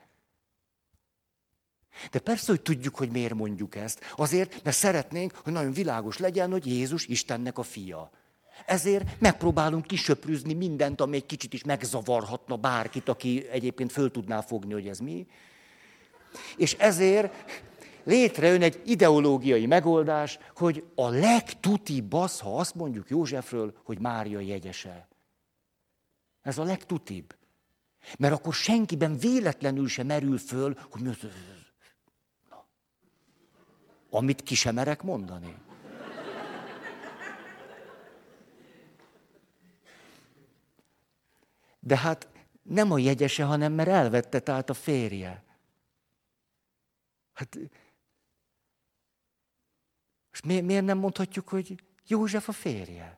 De persze, hogy tudjuk, hogy miért mondjuk ezt. Azért, mert szeretnénk, hogy nagyon világos legyen, hogy Jézus Istennek a fia. Ezért megpróbálunk kisöprűzni mindent, ami egy kicsit is megzavarhatna bárkit, aki egyébként föl tudná fogni, hogy ez mi. És ezért létrejön egy ideológiai megoldás, hogy a legtutibb az, ha azt mondjuk Józsefről, hogy Mária jegyese. Ez a legtutibb. Mert akkor senkiben véletlenül sem merül föl, hogy mi az... Amit ki sem merek mondani. De hát nem a jegyese, hanem mert elvette, tehát a férje. Hát... És miért nem mondhatjuk, hogy József a férje?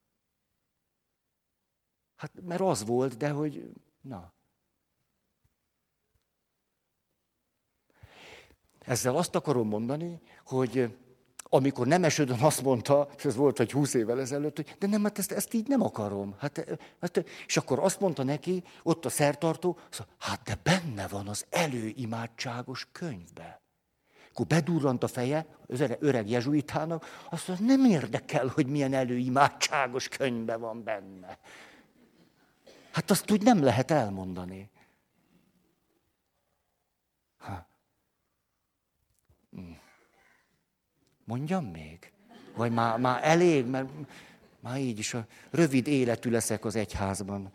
Hát mert az volt, de hogy... Na. Ezzel azt akarom mondani, hogy amikor Nemesődön azt mondta, és ez volt egy 20 évvel ezelőtt, hogy de nem, hát ezt így nem akarom. És akkor azt mondta neki, ott a szertartó, hát de benne van az előimádságos könyvbe. Akkor bedurrant a feje az öreg jezsuitának, azt mondta, nem érdekel, hogy milyen előimádságos könyvbe van benne. Hát azt úgy nem lehet elmondani. Mondjam még? Vagy már elég, mert már így is a rövid életű leszek az egyházban.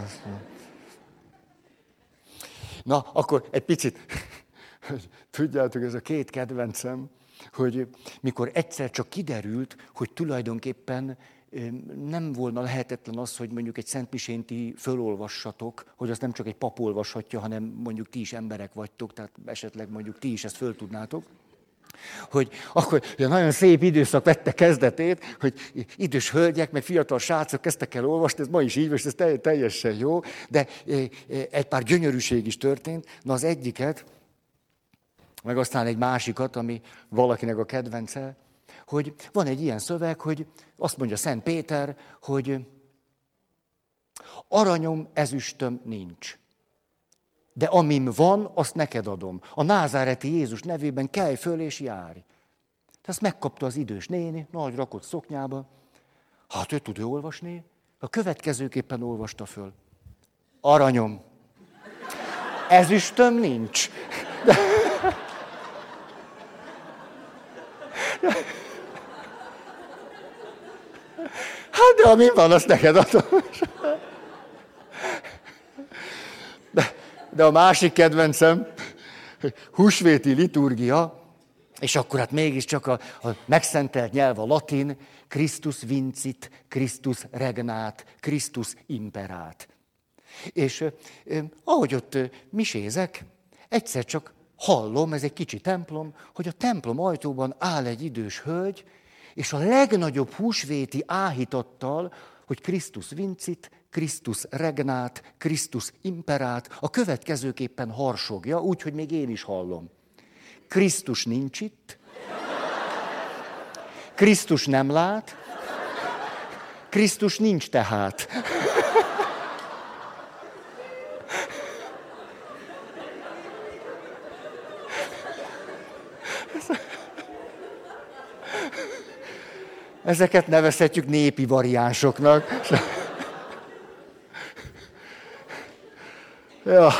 Na, akkor egy picit, tudjátok, ez a két kedvencem, hogy mikor egyszer csak kiderült, hogy tulajdonképpen nem volna lehetetlen az, hogy mondjuk egy szentmisén ti fölolvassatok, hogy azt nem csak egy pap olvashatja, hanem mondjuk ti is emberek vagytok, tehát esetleg mondjuk ti is ezt föl tudnátok. Hogy akkor nagyon szép időszak vette kezdetét, hogy idős hölgyek, meg fiatal srácok kezdtek el olvasni, ez ma is így, és ez teljesen jó, de egy pár gyönyörűség is történt. Na az egyiket, meg aztán egy másikat, ami valakinek a kedvence, hogy van egy ilyen szöveg, hogy azt mondja Szent Péter, hogy aranyom, ezüstöm nincs. De amim van, azt neked adom. A názáreti Jézus nevében kelj föl és járj. Ezt megkapta az idős néni, nagy rakott szoknyába. Hát ő tud olvasni. A következőképpen olvasta föl. Aranyom. Ezüstöm nincs. Hát de amim van, azt neked adom. De a másik kedvencem, húsvéti liturgia, és akkor hát mégiscsak a megszentelt nyelv a latin, Christus vincit, Christus regnát, Christus imperát. És ahogy ott misézek, egyszer csak hallom, ez egy kicsi templom, hogy a templom ajtóban áll egy idős hölgy, és a legnagyobb húsvéti áhítattal, hogy Christus vincit, Christus regnát, Christus imperát, a következőképpen harsogja, úgy, hogy még én is hallom. Krisztus nincs itt, Krisztus nem lát, Krisztus nincs tehát. Ezeket nevezhetjük népi variánsoknak. Ja.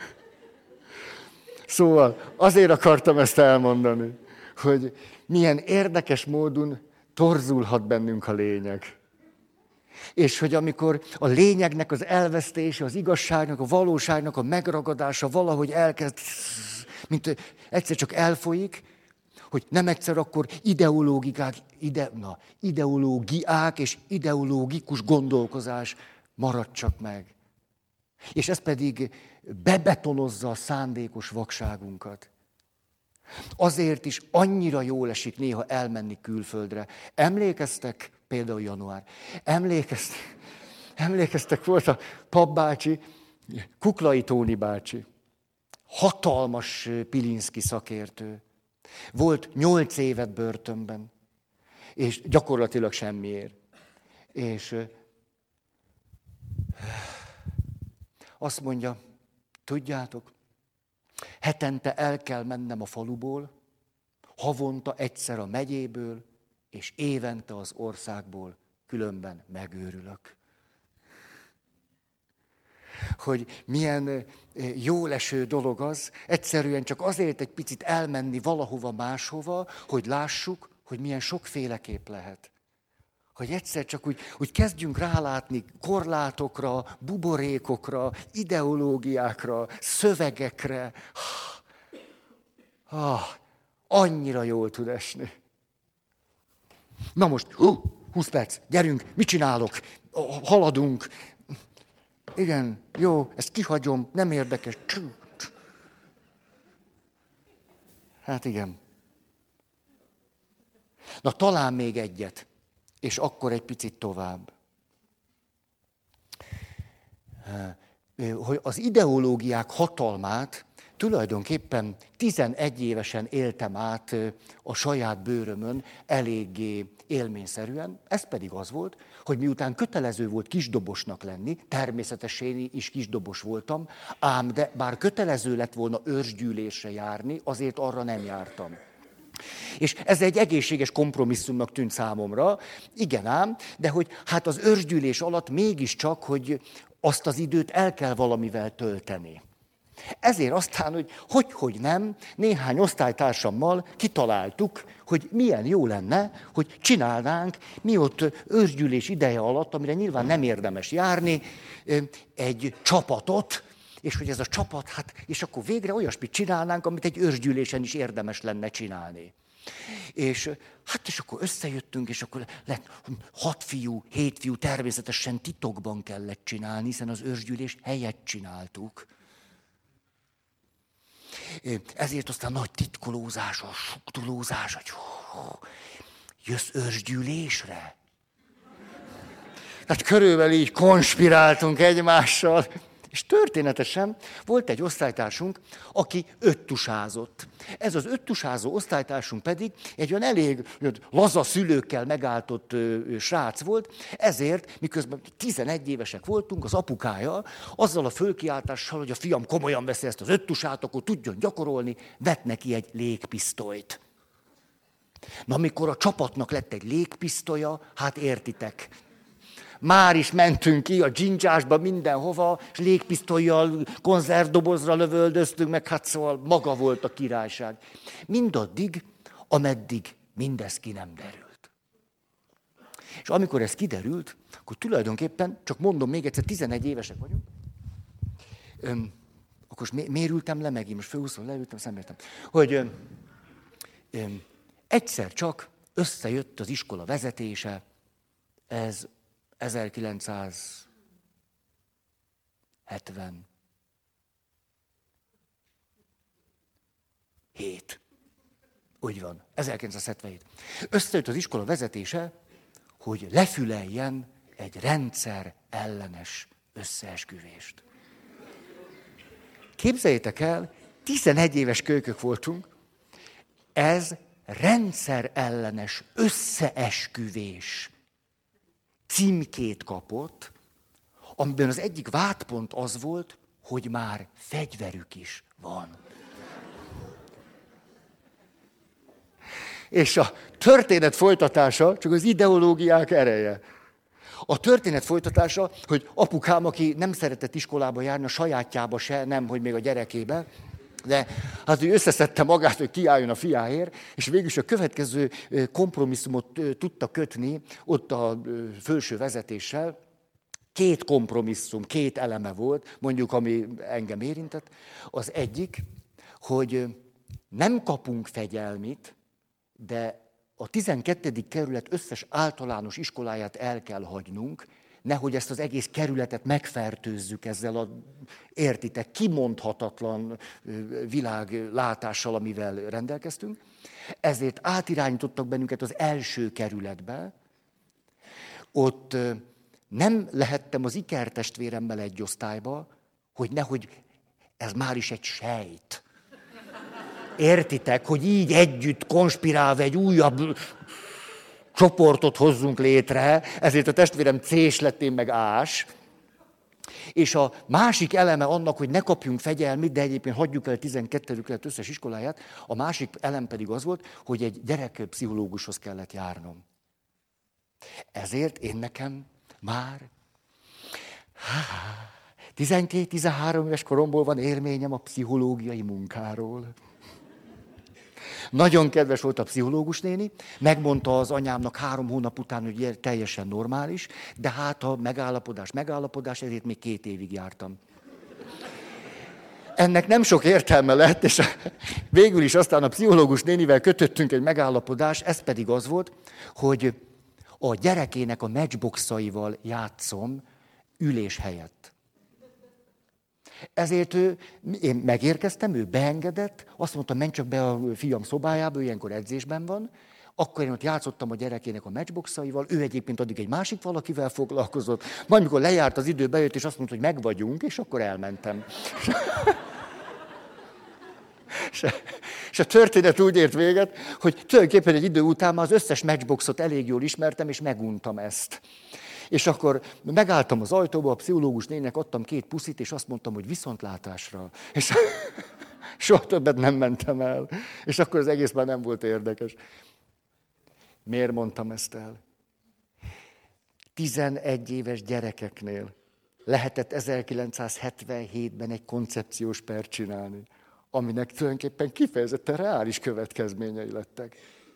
Szóval azért akartam ezt elmondani, hogy milyen érdekes módon torzulhat bennünk a lényeg. És hogy amikor a lényegnek az elvesztése, az igazságnak, a valóságnak a megragadása valahogy elkezd, mint egyszer csak elfolyik, hogy nem egyszer akkor ideológiák és ideológikus gondolkozás marad csak meg. És ez pedig bebetonozza a szándékos vakságunkat. Azért is annyira jól esik néha elmenni külföldre. Emlékeztek, például január, emlékeztek, volt a papbácsi, Kuklai Tóni bácsi, hatalmas Pilinszky szakértő. Volt 8 évet börtönben, és gyakorlatilag semmiért. És azt mondja, tudjátok, hetente el kell mennem a faluból, havonta egyszer a megyéből, és évente az országból, különben megőrülök. Hogy milyen jóleső dolog az, egyszerűen csak azért egy picit elmenni valahova máshova, hogy lássuk, hogy milyen sokféleképp lehet. Hogy egyszer csak úgy kezdjünk rálátni korlátokra, buborékokra, ideológiákra, szövegekre. Annyira jól tud esni. Na most, 20 perc, gyerünk, mit csinálok? Haladunk. Igen, jó, ezt kihagyom, nem érdekes. Hát igen. Na talán még egyet, és akkor egy picit tovább. Hogy az ideológiák hatalmát tulajdonképpen 11 évesen éltem át a saját bőrömön eléggé élményszerűen. Ez pedig az volt, hogy miután kötelező volt kisdobosnak lenni, természetesen is kisdobos voltam, ám de bár kötelező lett volna őrsgyűlésre járni, azért arra nem jártam. És ez egy egészséges kompromisszumnak tűnt számomra, igen ám, de hogy hát az őrsgyűlés alatt mégiscsak, hogy azt az időt el kell valamivel tölteni. Ezért aztán, hogy nem, néhány osztálytársammal kitaláltuk, hogy milyen jó lenne, hogy csinálnánk mi ott őrsgyűlés ideje alatt, amire nyilván nem érdemes járni, egy csapatot, és hogy ez a csapat, hát, és akkor végre olyasmit csinálnánk, amit egy őrsgyűlésen is érdemes lenne csinálni. És akkor összejöttünk, és akkor lett 6 fiú, 7 fiú, természetesen titokban kellett csinálni, hiszen az őrsgyűlés helyett csináltuk. Ezért aztán nagy titkolózás, a suktulózás, hogy jössz őrsgyűlésre? Tehát körülbelül így konspiráltunk egymással. És történetesen volt egy osztálytársunk, aki öttusázott. Ez az öttusázó osztálytársunk pedig egy olyan elég laza szülőkkel megáltott srác volt, ezért, miközben 11 évesek voltunk, az apukája azzal a fölkiáltással, hogy a fiam komolyan veszi ezt az öttusát, akkor tudjon gyakorolni, vett neki egy légpisztolyt. Na, amikor a csapatnak lett egy légpisztolya, hát értitek. Már is mentünk ki a dzsindzsásba mindenhova, és légpisztollyal, konzervdobozra lövöldöztünk, meg hát szóval maga volt a királyság. Mindaddig, ameddig mindez ki nem derült. És amikor ez kiderült, akkor tulajdonképpen, csak mondom még egyszer, 11 évesek vagyunk, akkor miért ültem le megint, most főúszva leültem, szemléltem, hogy egyszer csak összejött az iskola vezetése, ez 1977. Úgy van, 1977. Összejött az iskola vezetése, hogy lefüleljen egy rendszer ellenes összeesküvést. Képzeljétek el, 11 éves kölykök voltunk, ez rendszer ellenes összeesküvés címkét kapott, amiben az egyik vádpont az volt, hogy már fegyverük is van. És a történet folytatása, csak az ideológiák ereje. A történet folytatása, hogy apukám, aki nem szeretett iskolába járni, a sajátjába se, nem, hogy még a gyerekébe, de hát ő összeszedte magát, hogy kiálljon a fiáért, és végül is a következő kompromisszumot tudta kötni ott a felső vezetéssel. 2 kompromisszum, 2 eleme volt, mondjuk, ami engem érintett. Az egyik, hogy nem kapunk fegyelmit, de a 12. kerület összes általános iskoláját el kell hagynunk, nehogy ezt az egész kerületet megfertőzzük ezzel a, értitek, kimondhatatlan világlátással, amivel rendelkeztünk. Ezért átirányítottak bennünket az első kerületbe. Ott nem lehettem az ikertestvéremmel egy osztályba, hogy nehogy ez már is egy sejt. Értitek, hogy így együtt konspirálva egy újabb csoportot hozzunk létre, ezért a testvérem C-s lett, én meg A-s. És a másik eleme annak, hogy ne kapjunk fegyelmit, de egyébként hagyjuk el 12. kerület összes iskoláját, a másik elem pedig az volt, hogy egy gyerekpszichológushoz kellett járnom. Ezért én nekem már 12-13 éves koromból van élményem a pszichológiai munkáról. Nagyon kedves volt a pszichológus néni, megmondta az anyámnak 3 hónap után, hogy teljesen normális, de hát a megállapodás, ezért még 2 évig jártam. Ennek nem sok értelme lett, és végül is aztán a pszichológus nénivel kötöttünk egy megállapodást, ez pedig az volt, hogy a gyerekének a matchboxaival játszom ülés helyett. Ezért én megérkeztem, ő beengedett, azt mondta, menj csak be a fiam szobájába, ő ilyenkor edzésben van, akkor én ott játszottam a gyerekének a matchboxaival, ő egyébként addig egy másik valakivel foglalkozott, majd mikor lejárt az idő, bejött, és azt mondta, hogy meg vagyunk, és akkor elmentem. És a történet úgy ért véget, hogy tulajdonképpen egy idő után már az összes matchboxot elég jól ismertem, és meguntam ezt. És akkor megálltam az ajtóba, a pszichológus néninek adtam 2 puszit, és azt mondtam, hogy viszontlátásra. És soha többet nem mentem el. És akkor az egész már nem volt érdekes. Miért mondtam ezt el? 11 éves gyerekeknél lehetett 1977-ben egy koncepciós pert csinálni, aminek tulajdonképpen kifejezetten reális következményei lettek.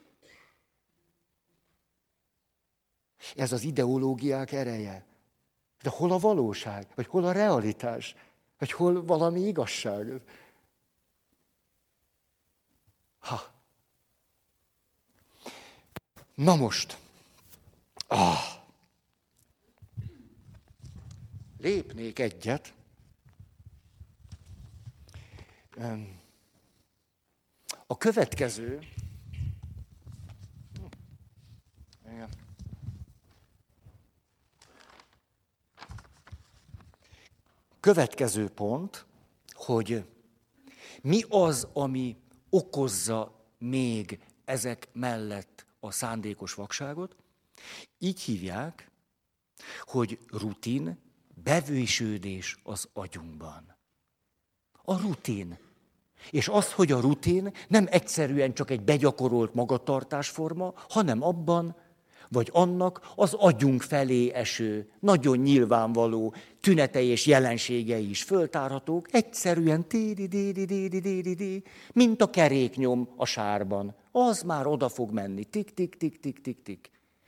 Ez az ideológiák ereje. De hol a valóság? Vagy hol a realitás? Vagy hol valami igazság? Na most. Lépnék egyet. A következő. Igen. Következő pont, hogy mi az, ami okozza még ezek mellett a szándékos vakságot. Így hívják, hogy rutin, bevésődés az agyunkban. A rutin. És az, hogy a rutin nem egyszerűen csak egy begyakorolt magatartásforma, hanem abban, vagy annak az agyunk felé eső, nagyon nyilvánvaló tünetei és jelenségei is föltárhatók, egyszerűen mint a keréknyom a sárban. Az már oda fog menni, tik-tik-tik-tik-tik-tik.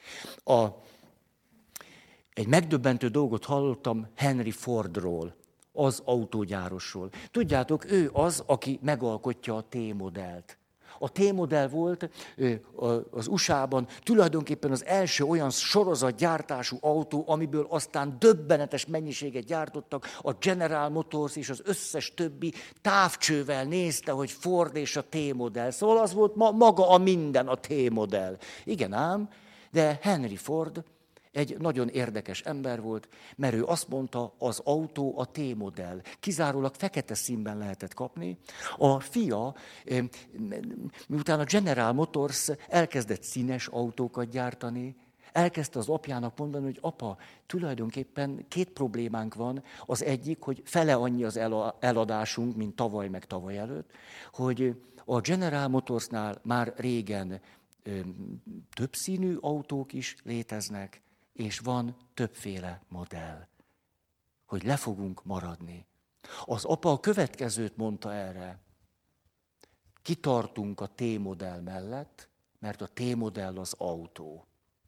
Egy megdöbbentő dolgot hallottam Henry Fordról, az autógyárosról. Tudjátok, ő az, aki megalkotja a T-modellt. A T-modell volt az USA-ban tulajdonképpen az első olyan sorozatgyártású autó, amiből aztán döbbenetes mennyiséget gyártottak. A General Motors és az összes többi távcsővel nézte, hogy Ford és a T-modell. Szóval az volt maga a minden, a T-modell. Igen ám, de Henry Ford egy nagyon érdekes ember volt, mert ő azt mondta, az autó a T-modell. Kizárólag fekete színben lehetett kapni. A fia, miután a General Motors elkezdett színes autókat gyártani, elkezdte az apjának mondani, hogy apa, tulajdonképpen 2 problémánk van. Az egyik, hogy fele annyi az eladásunk, mint tavaly meg tavaly előtt, hogy a General Motorsnál már régen többszínű autók is léteznek, és van többféle modell, hogy le fogunk maradni. Az apa a következőt mondta erre. Kitartunk a T-modell mellett, mert a T-modell az autó.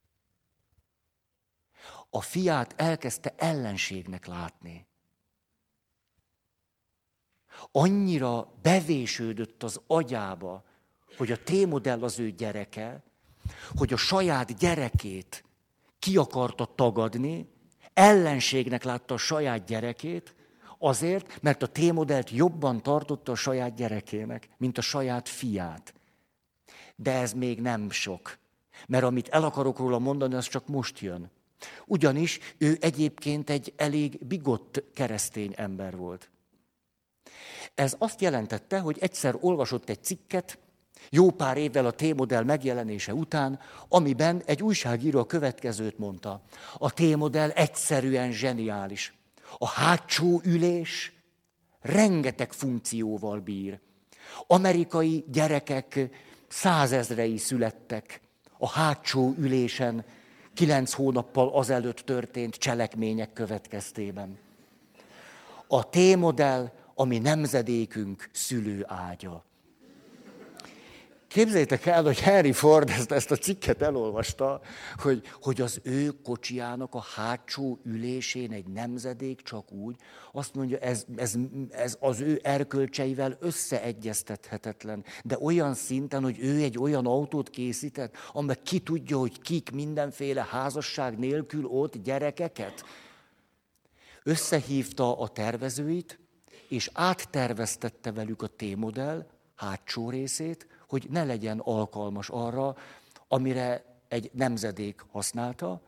A fiát elkezdte ellenségnek látni. Annyira bevésődött az agyába, hogy a T-modell az ő gyereke, hogy a saját gyerekét ki akarta tagadni, ellenségnek látta a saját gyerekét, azért, mert a T-modellt jobban tartotta a saját gyerekének, mint a saját fiát. De ez még nem sok, mert amit el akarok róla mondani, az csak most jön. Ugyanis ő egyébként egy elég bigott keresztény ember volt. Ez azt jelentette, hogy egyszer olvasott egy cikket, jó pár évvel a T-modell megjelenése után, amiben egy újságíró a következőt mondta. A T-modell egyszerűen zseniális. A hátsó ülés rengeteg funkcióval bír. Amerikai gyerekek 100 000-ei születtek a hátsó ülésen 9 hónappal azelőtt történt cselekmények következtében. A T-modell a mi nemzedékünk szülőágya. Képzeljétek el, hogy Henry Ford ezt a cikket elolvasta, hogy az ő kocsijának a hátsó ülésén egy nemzedék csak úgy, azt mondja, ez az ő erkölcseivel összeegyeztethetetlen. De olyan szinten, hogy ő egy olyan autót készített, amiben ki tudja, hogy kik mindenféle házasság nélkül ott gyerekeket. Összehívta a tervezőit, és átterveztette velük a T-modell hátsó részét, hogy ne legyen alkalmas arra, amire egy nemzedék használta.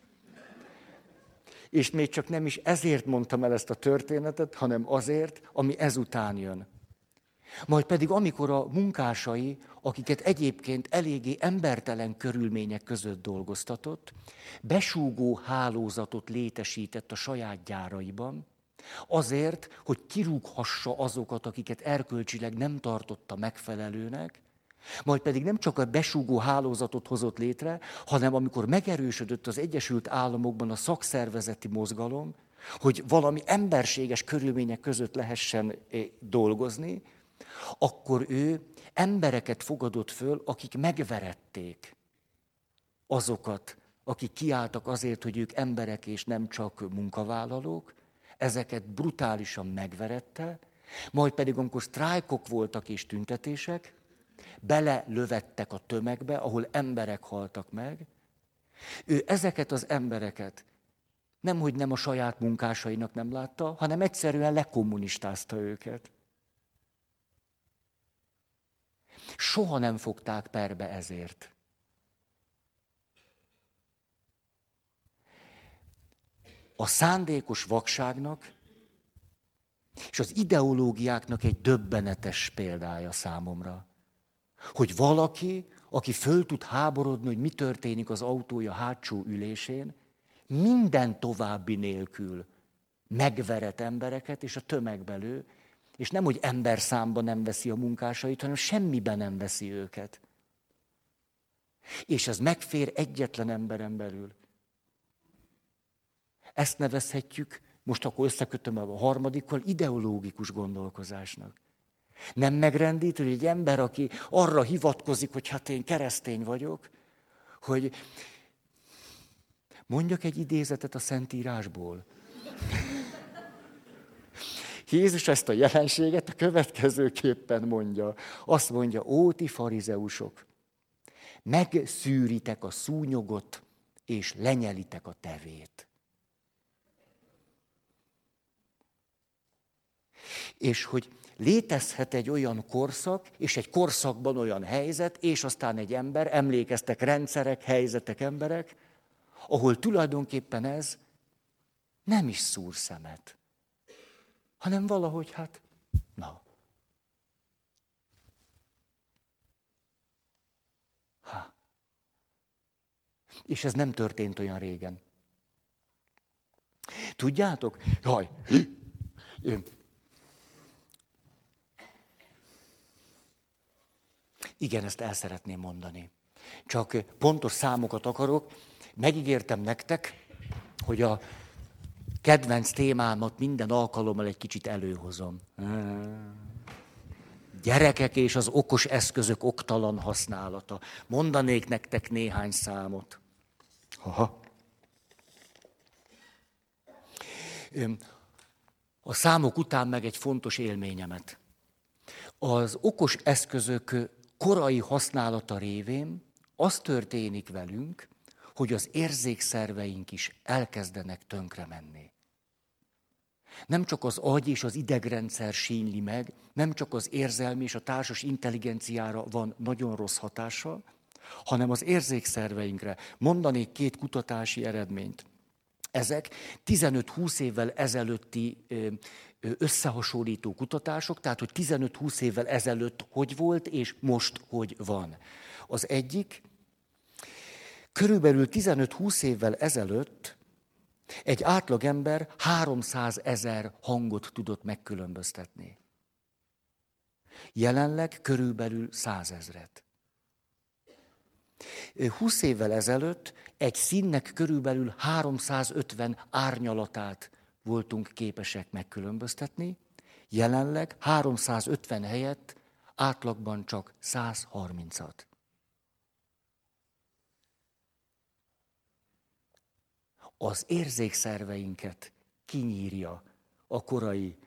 És még csak nem is ezért mondtam el ezt a történetet, hanem azért, ami ezután jön. Majd pedig amikor a munkásai, akiket egyébként eléggé embertelen körülmények között dolgoztatott, besúgó hálózatot létesített a saját gyáraiban, azért, hogy kirúghassa azokat, akiket erkölcsileg nem tartotta megfelelőnek, majd pedig nem csak a besúgó hálózatot hozott létre, hanem amikor megerősödött az Egyesült Államokban a szakszervezeti mozgalom, hogy valami emberséges körülmények között lehessen dolgozni, akkor ő embereket fogadott föl, akik megverették azokat, akik kiálltak azért, hogy ők emberek és nem csak munkavállalók, ezeket brutálisan megverette, majd pedig amikor sztrájkok voltak és tüntetések, belelövettek a tömegbe, ahol emberek haltak meg. Ő ezeket az embereket nemhogy nem a saját munkásainak nem látta, hanem egyszerűen lekommunistázta őket. Soha nem fogták perbe ezért. A szándékos vakságnak és az ideológiáknak egy döbbenetes példája számomra. Hogy valaki, aki föl tud háborodni, hogy mi történik az autója hátsó ülésén, minden további nélkül megveret embereket, és a tömegbe lő, és nem, hogy emberszámba nem veszi a munkásait, hanem semmiben nem veszi őket. És ez megfér egyetlen emberen belül. Ezt nevezhetjük, most akkor összekötöm a harmadikkal, ideológikus gondolkozásnak. Nem megrendít, hogy egy ember, aki arra hivatkozik, hogy hát én keresztény vagyok, hogy mondjak egy idézetet a Szentírásból. Jézus ezt a jelenséget a következőképpen mondja. Azt mondja, ó, ti farizeusok, megszűritek a szúnyogot, és lenyelitek a tevét. És hogy létezhet egy olyan korszak, és egy korszakban olyan helyzet, és aztán egy ember, emlékeztek rendszerek, helyzetek, emberek, ahol tulajdonképpen ez nem is szúr szemet, hanem valahogy na. És ez nem történt olyan régen. Tudjátok? Igen, ezt el szeretném mondani. Csak pontos számokat akarok. Megígértem nektek, hogy a kedvenc témámat minden alkalommal egy kicsit előhozom. Gyerekek és az okos eszközök oktalan használata. Mondanék nektek néhány számot. A számok után meg egy fontos élményemet. Az okos eszközök korai használata révén az történik velünk, hogy az érzékszerveink is elkezdenek tönkre menni. Nem csak az agy és az idegrendszer sínli meg, nem csak az érzelmi és a társas intelligenciára van nagyon rossz hatása, hanem az érzékszerveinkre. Mondanék 2 kutatási eredményt. Ezek 15-20 évvel ezelőtti összehasonlító kutatások, tehát hogy 15-20 évvel ezelőtt hogy volt, és most hogy van. Az egyik, körülbelül 15-20 évvel ezelőtt egy átlagember 300 000 hangot tudott megkülönböztetni. Jelenleg körülbelül 100 000-et. 20 évvel ezelőtt egy színnek körülbelül 350 árnyalatát voltunk képesek megkülönböztetni, jelenleg 350 helyett átlagban csak 130-at. Az érzékszerveinket kinyírja a korai...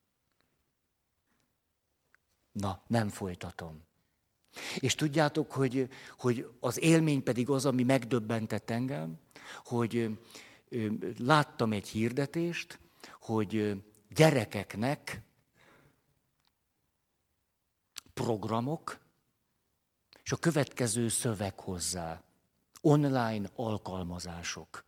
Na, nem folytatom. És tudjátok, hogy az élmény pedig az, ami megdöbbentett engem, hogy láttam egy hirdetést, hogy gyerekeknek programok, és a következő szöveg hozzá, online alkalmazások.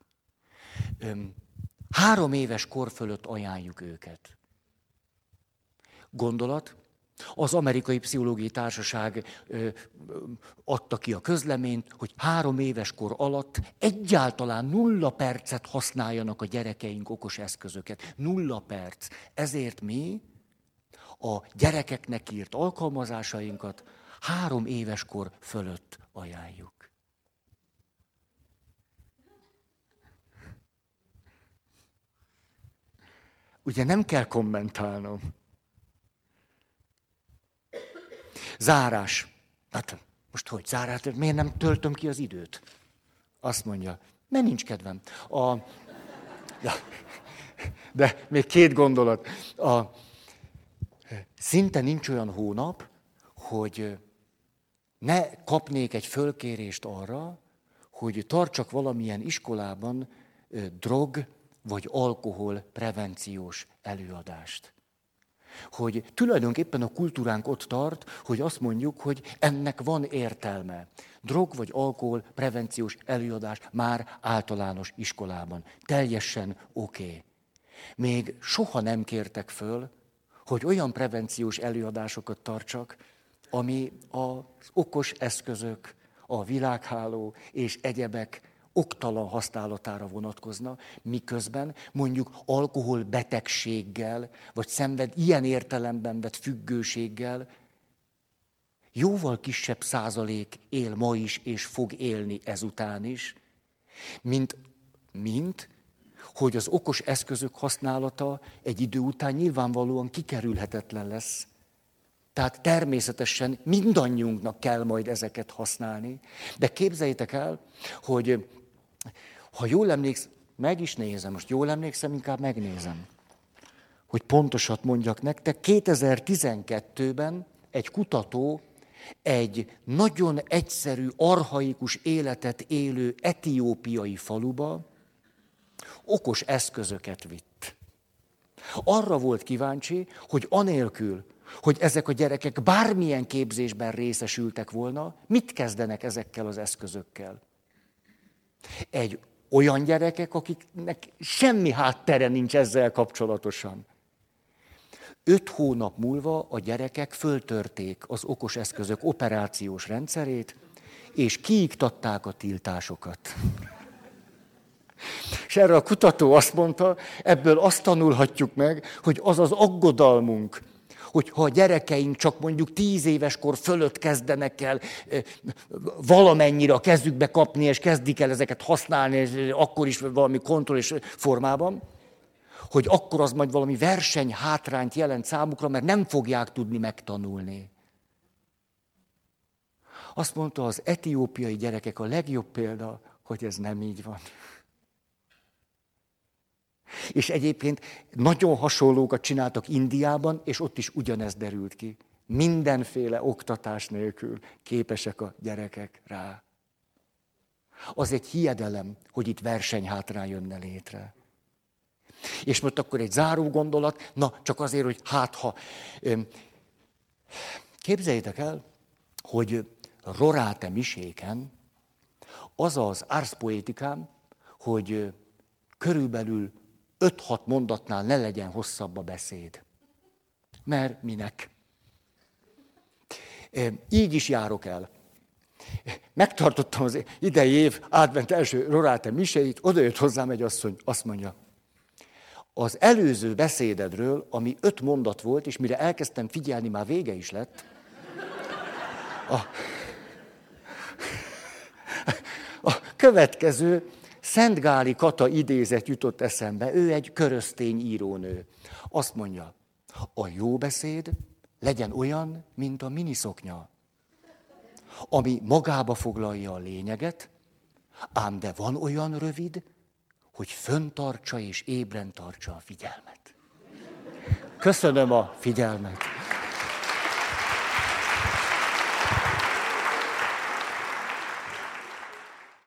3 éves kor fölött ajánljuk őket. Gondolat? Az Amerikai Pszichológiai Társaság adta ki a közleményt, hogy 3 éves kor alatt egyáltalán 0 percet használjanak a gyerekeink okos eszközöket. 0 perc. Ezért mi a gyerekeknek írt alkalmazásainkat 3 éves kor fölött ajánljuk. Ugye nem kell kommentálnom. Zárás. Hát most hogy zárás? Miért nem töltöm ki az időt? Azt mondja, mert nincs kedvem. De még 2 gondolat. Szinte nincs olyan hónap, hogy ne kapnék egy fölkérést arra, hogy tartsak valamilyen iskolában drog vagy alkohol prevenciós előadást. Hogy tulajdonképpen a kultúránk ott tart, hogy azt mondjuk, hogy ennek van értelme. Drog vagy alkohol prevenciós előadás már általános iskolában. Teljesen oké. Még soha nem kértek föl, hogy olyan prevenciós előadásokat tartsak, ami az okos eszközök, a világháló és egyebek oktalan használatára vonatkozna, miközben mondjuk alkoholbetegséggel, vagy ilyen értelemben vett függőséggel jóval kisebb százalék él ma is, és fog élni ezután is, mint hogy az okos eszközök használata egy idő után nyilvánvalóan kikerülhetetlen lesz. Tehát természetesen mindannyiunknak kell majd ezeket használni. De képzeljétek el, hogy ha jól emlékszem, meg is nézem, most jól emlékszem, inkább megnézem, hogy pontosat mondjak nektek. 2012-ben egy kutató egy nagyon egyszerű, archaikus életet élő etiópiai faluba okos eszközöket vitt. Arra volt kíváncsi, hogy anélkül, hogy ezek a gyerekek bármilyen képzésben részesültek volna, mit kezdenek ezekkel az eszközökkel. Egy olyan gyerekek, akiknek semmi háttere nincs ezzel kapcsolatosan. 5 hónap múlva a gyerekek föltörték az okos eszközök operációs rendszerét, és kiiktatták a tiltásokat. És erre a kutató azt mondta, ebből azt tanulhatjuk meg, hogy az az aggodalmunk, hogy ha a gyerekeink csak mondjuk 10 éves kor fölött kezdenek el valamennyire a kezükbe kapni, és kezdik el ezeket használni, és akkor is valami kontrollos formában, hogy akkor az majd valami versenyhátrányt jelent számukra, mert nem fogják tudni megtanulni. Azt mondta, az etiópiai gyerekek a legjobb példa, hogy ez nem így van. És egyébként nagyon hasonlókat csináltak Indiában, és ott is ugyanez derült ki. Mindenféle oktatás nélkül képesek a gyerekek rá. Az egy hiedelem, hogy itt versenyhátrány jönne létre. És most akkor egy záró gondolat, na csak azért, hogy ha... Képzeljétek el, hogy Rorate miséken az az ars poeticám, hogy körülbelül 5-6 mondatnál ne legyen hosszabb a beszéd. Mert minek? Így is járok el. Megtartottam az idei év advent első roráte miséit, odajött hozzám egy asszony, azt mondja, az előző beszédedről, ami 5 mondat volt, és mire elkezdtem figyelni, már vége is lett, a következő Szent Gáli Kata idézet jutott eszembe, ő egy köröztény írónő. Azt mondja, a jó beszéd legyen olyan, mint a miniszoknya, ami magába foglalja a lényeget, ám de van olyan rövid, hogy föntartsa és ébren tartsa a figyelmet. Köszönöm a figyelmet!